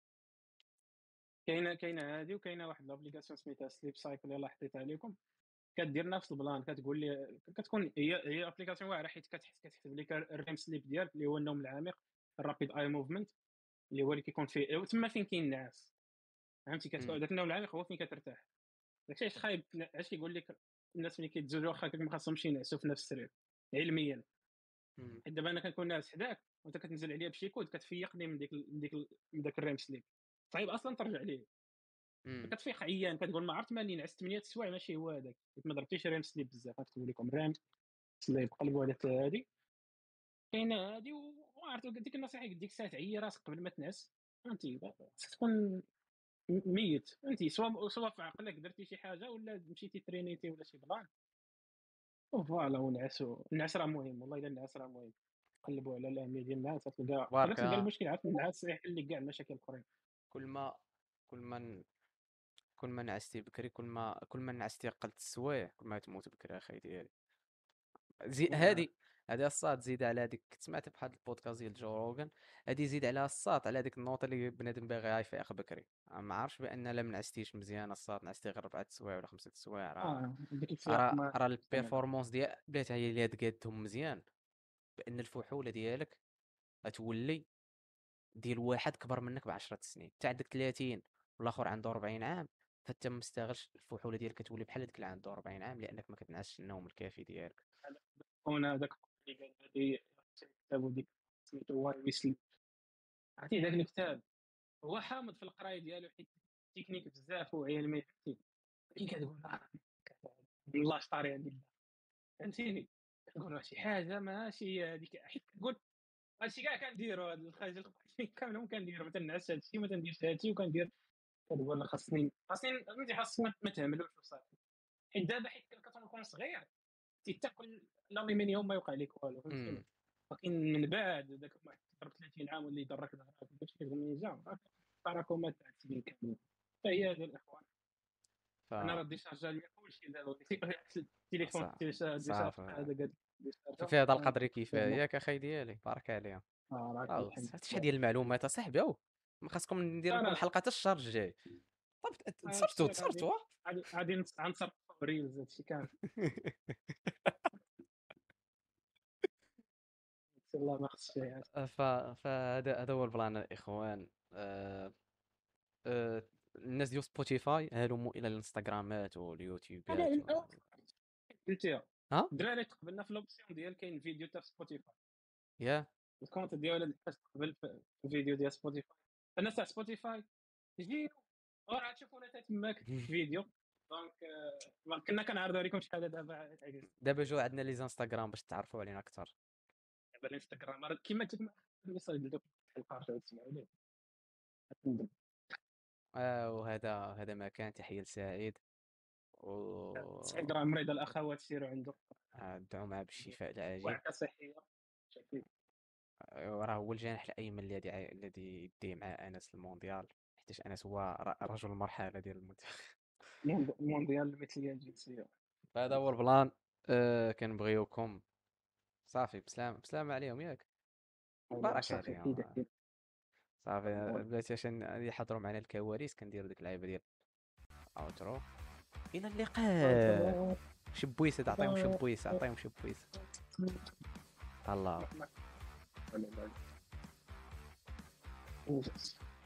كاينه كاينه هذه، وكاينه واحد لابليكاسيون سميتها سليب سايكل، يلاه حطيت عليكم. كدير نفس البلان، كتقول لي كتكون هي هي ابليكاسيون واعره، حيت كتحس كتحسب لك الريم سليب ديالك اللي هو النوم العميق، الرابيد اي موفمنت، اللي هو اللي كيكون فيه تما فين كاين النعاس. فهمتي؟ مم. كتكون داك النوم العميق هو فين كترتاح. داكشي علاش خايب، علاش كيقول لك الناس ملي كيتزوجوا واخا هكاك ما خاصهمش ينعسوا في نفس السرير علميا. مم. حيت دابا انا كنكون ناعس حداك وانت كتنزل عليا بشي كود كتفيقني من ديك من ديك من داك الريم سليب، صعيب اصلا ترجع ليه. مم. كتفيق عيان كتقول ما عرفت مالي نعست ثمانية السوايع ماشي هو هذاك، حيت ما ضربتيش ريم سليب بزاف. غنكتب لكم ريم سليب، قلبوا على هذه. كاينه هذه، وما عرفت ديك النصيحه ديك الساعه عيي راسك قبل ما تنعس. فهمتي؟ خصك تكون م- ميت، فهمتي؟ سواء سواء في عقلك درتي شي حاجه ولا مشيتي ترينيتي ولا شي بلان. فوالا، ونعسوا. النعاس راه مهم، والله الا النعاس راه مهم. قلبوا على الاهميه ديال النعاس، تلقى تقدر تلقى بارك. المشكل عارف النعاس يحل لك كاع المشاكل الاخرين. كل ما كل ما كل ما نعستي بكري، كل ما كل ما نعستي قلت السوايع، كل ما تموت بكري اخاي ديالي. زي آه. هادي هذه الصاد زيد على هذيك، كنت سمعت بواحد البودكاست ديال جو روغان، هذه زيد عليها الصاد على هذيك النوطه اللي بنادم باغي يفيق بكري. ما عارفش بان لا ما نعستيش مزيان الصاد، نعستي غير ربعة السوايع ولا خمسة السوايع، راه اه ديك الفياق راه ما راه سنة. البيرفورمانس ديال بلاتها هي اللي تقادهم مزيان، بان الفحوله ديالك غتولي ديال واحد كبر منك بعشرة سنين. انت عندك ثلاثين والاخر عنده أربعين عام، فانت ما مستاهلش الفحوله ديالك كتولي بحال هذاك اللي عنده أربعين عام، لانك ما كتنعسش النوم الكافي ديالك. هنا هذاك اللي قال هذه كتاب ديك سميتو واي ويسلي، عرفتي ذاك الكتاب هو حامض في القرايه ديالو حيت تكنيك بزاف وعلمي، فهمتي كي كتقول آه، والله شطاري عندي فهمتيني، كتقول شي حاجه ماشي هي هذيك، حيت كتقول هادشي كاع كنديرو، هاد الخرج القرشي كاملهم كنديرو، ما تنعس هادشي ما تنديرش هادشي وكندير، كتقول خاصني خاصني فهمتي خاصك ما تهملوش وصافي. حيت دابا حيت كتكون صغير تاكل الالومنيوم ما يوقع لك والو امم فهمتيني، ولكن من بعد داك واحد ضرب ثلاثين عام واللي يضرك ظهرك داكشي كيغني جا التراكمات تاع السنين كاملين. فهي هذا الاخوان، ف انا راه ديشارجا ليا كلشي دابا التليفون صا- ديشارجا صافي. هذا قال ديشارجا في هذا انا القدر كفايه كنت ياك اخي ديالي، بارك عليها. اه راك راه الحمد شحال لله. ديال المعلومات اصاحبي، أو ما خاصكم ندير لكم انا حلقه حتى الشهر الجاي. طب تصرتوا الشيء غادي تصرتوا غادي غادي غنصرف ريلز هادشي كامل، والله ما خصش فيها. ف فهذا هذا هو البلان الاخوان. أه... أه... الناس ديال سبوتيفاي هلموا الى الانستغرامات واليوتيوبات و... انا قلتيها ها الدراري تقبلنا في الاوبسيون ديال كاين فيديو تاع سبوتيفاي، يا الكونت ديالو اللي تقبل في الفيديو ديال سبوتيفاي، الناس تاع سبوتيفاي جيو راه تشوفونا حتى تماك فيديو. دونك آه، كنا كنعرضوا عليكم شحال دابا عجز. دابا جاو عندنا لي انستغرام باش تعرفوا علينا اكثر. دابا الانستغرام راه كيما قلت لكم الميساج ديال الحلقه رجعوا تسمعوا ليه. آه وهذا هذا ما كان. تحيه لسعيد و تسعين غرام مريض الاخوات سيروا عنده، ادعوا معاه بالشفاء العاجل. وعكه صحيه شكلي. راه هو الجانح الايمن الذي الذي يدي مع انس المونديال، حيت انس هو ر- رجل المرحله ديال المنتخب. مونديال المثليه الجنسيه. هذا هو البلان. أه كنبغيوكم صافي، بسلام بسلام عليهم ياك، والله بارك صافي عليهم. اكيد صافي اكيد. بلاتي عشان يحضروا معنا الكواليس كنديروا ديك اللعيبه ديال اوترو. الى اللقاء. شبويسه، تعطيهم شبويسه، عطيهم شبويسه. الله. انجز.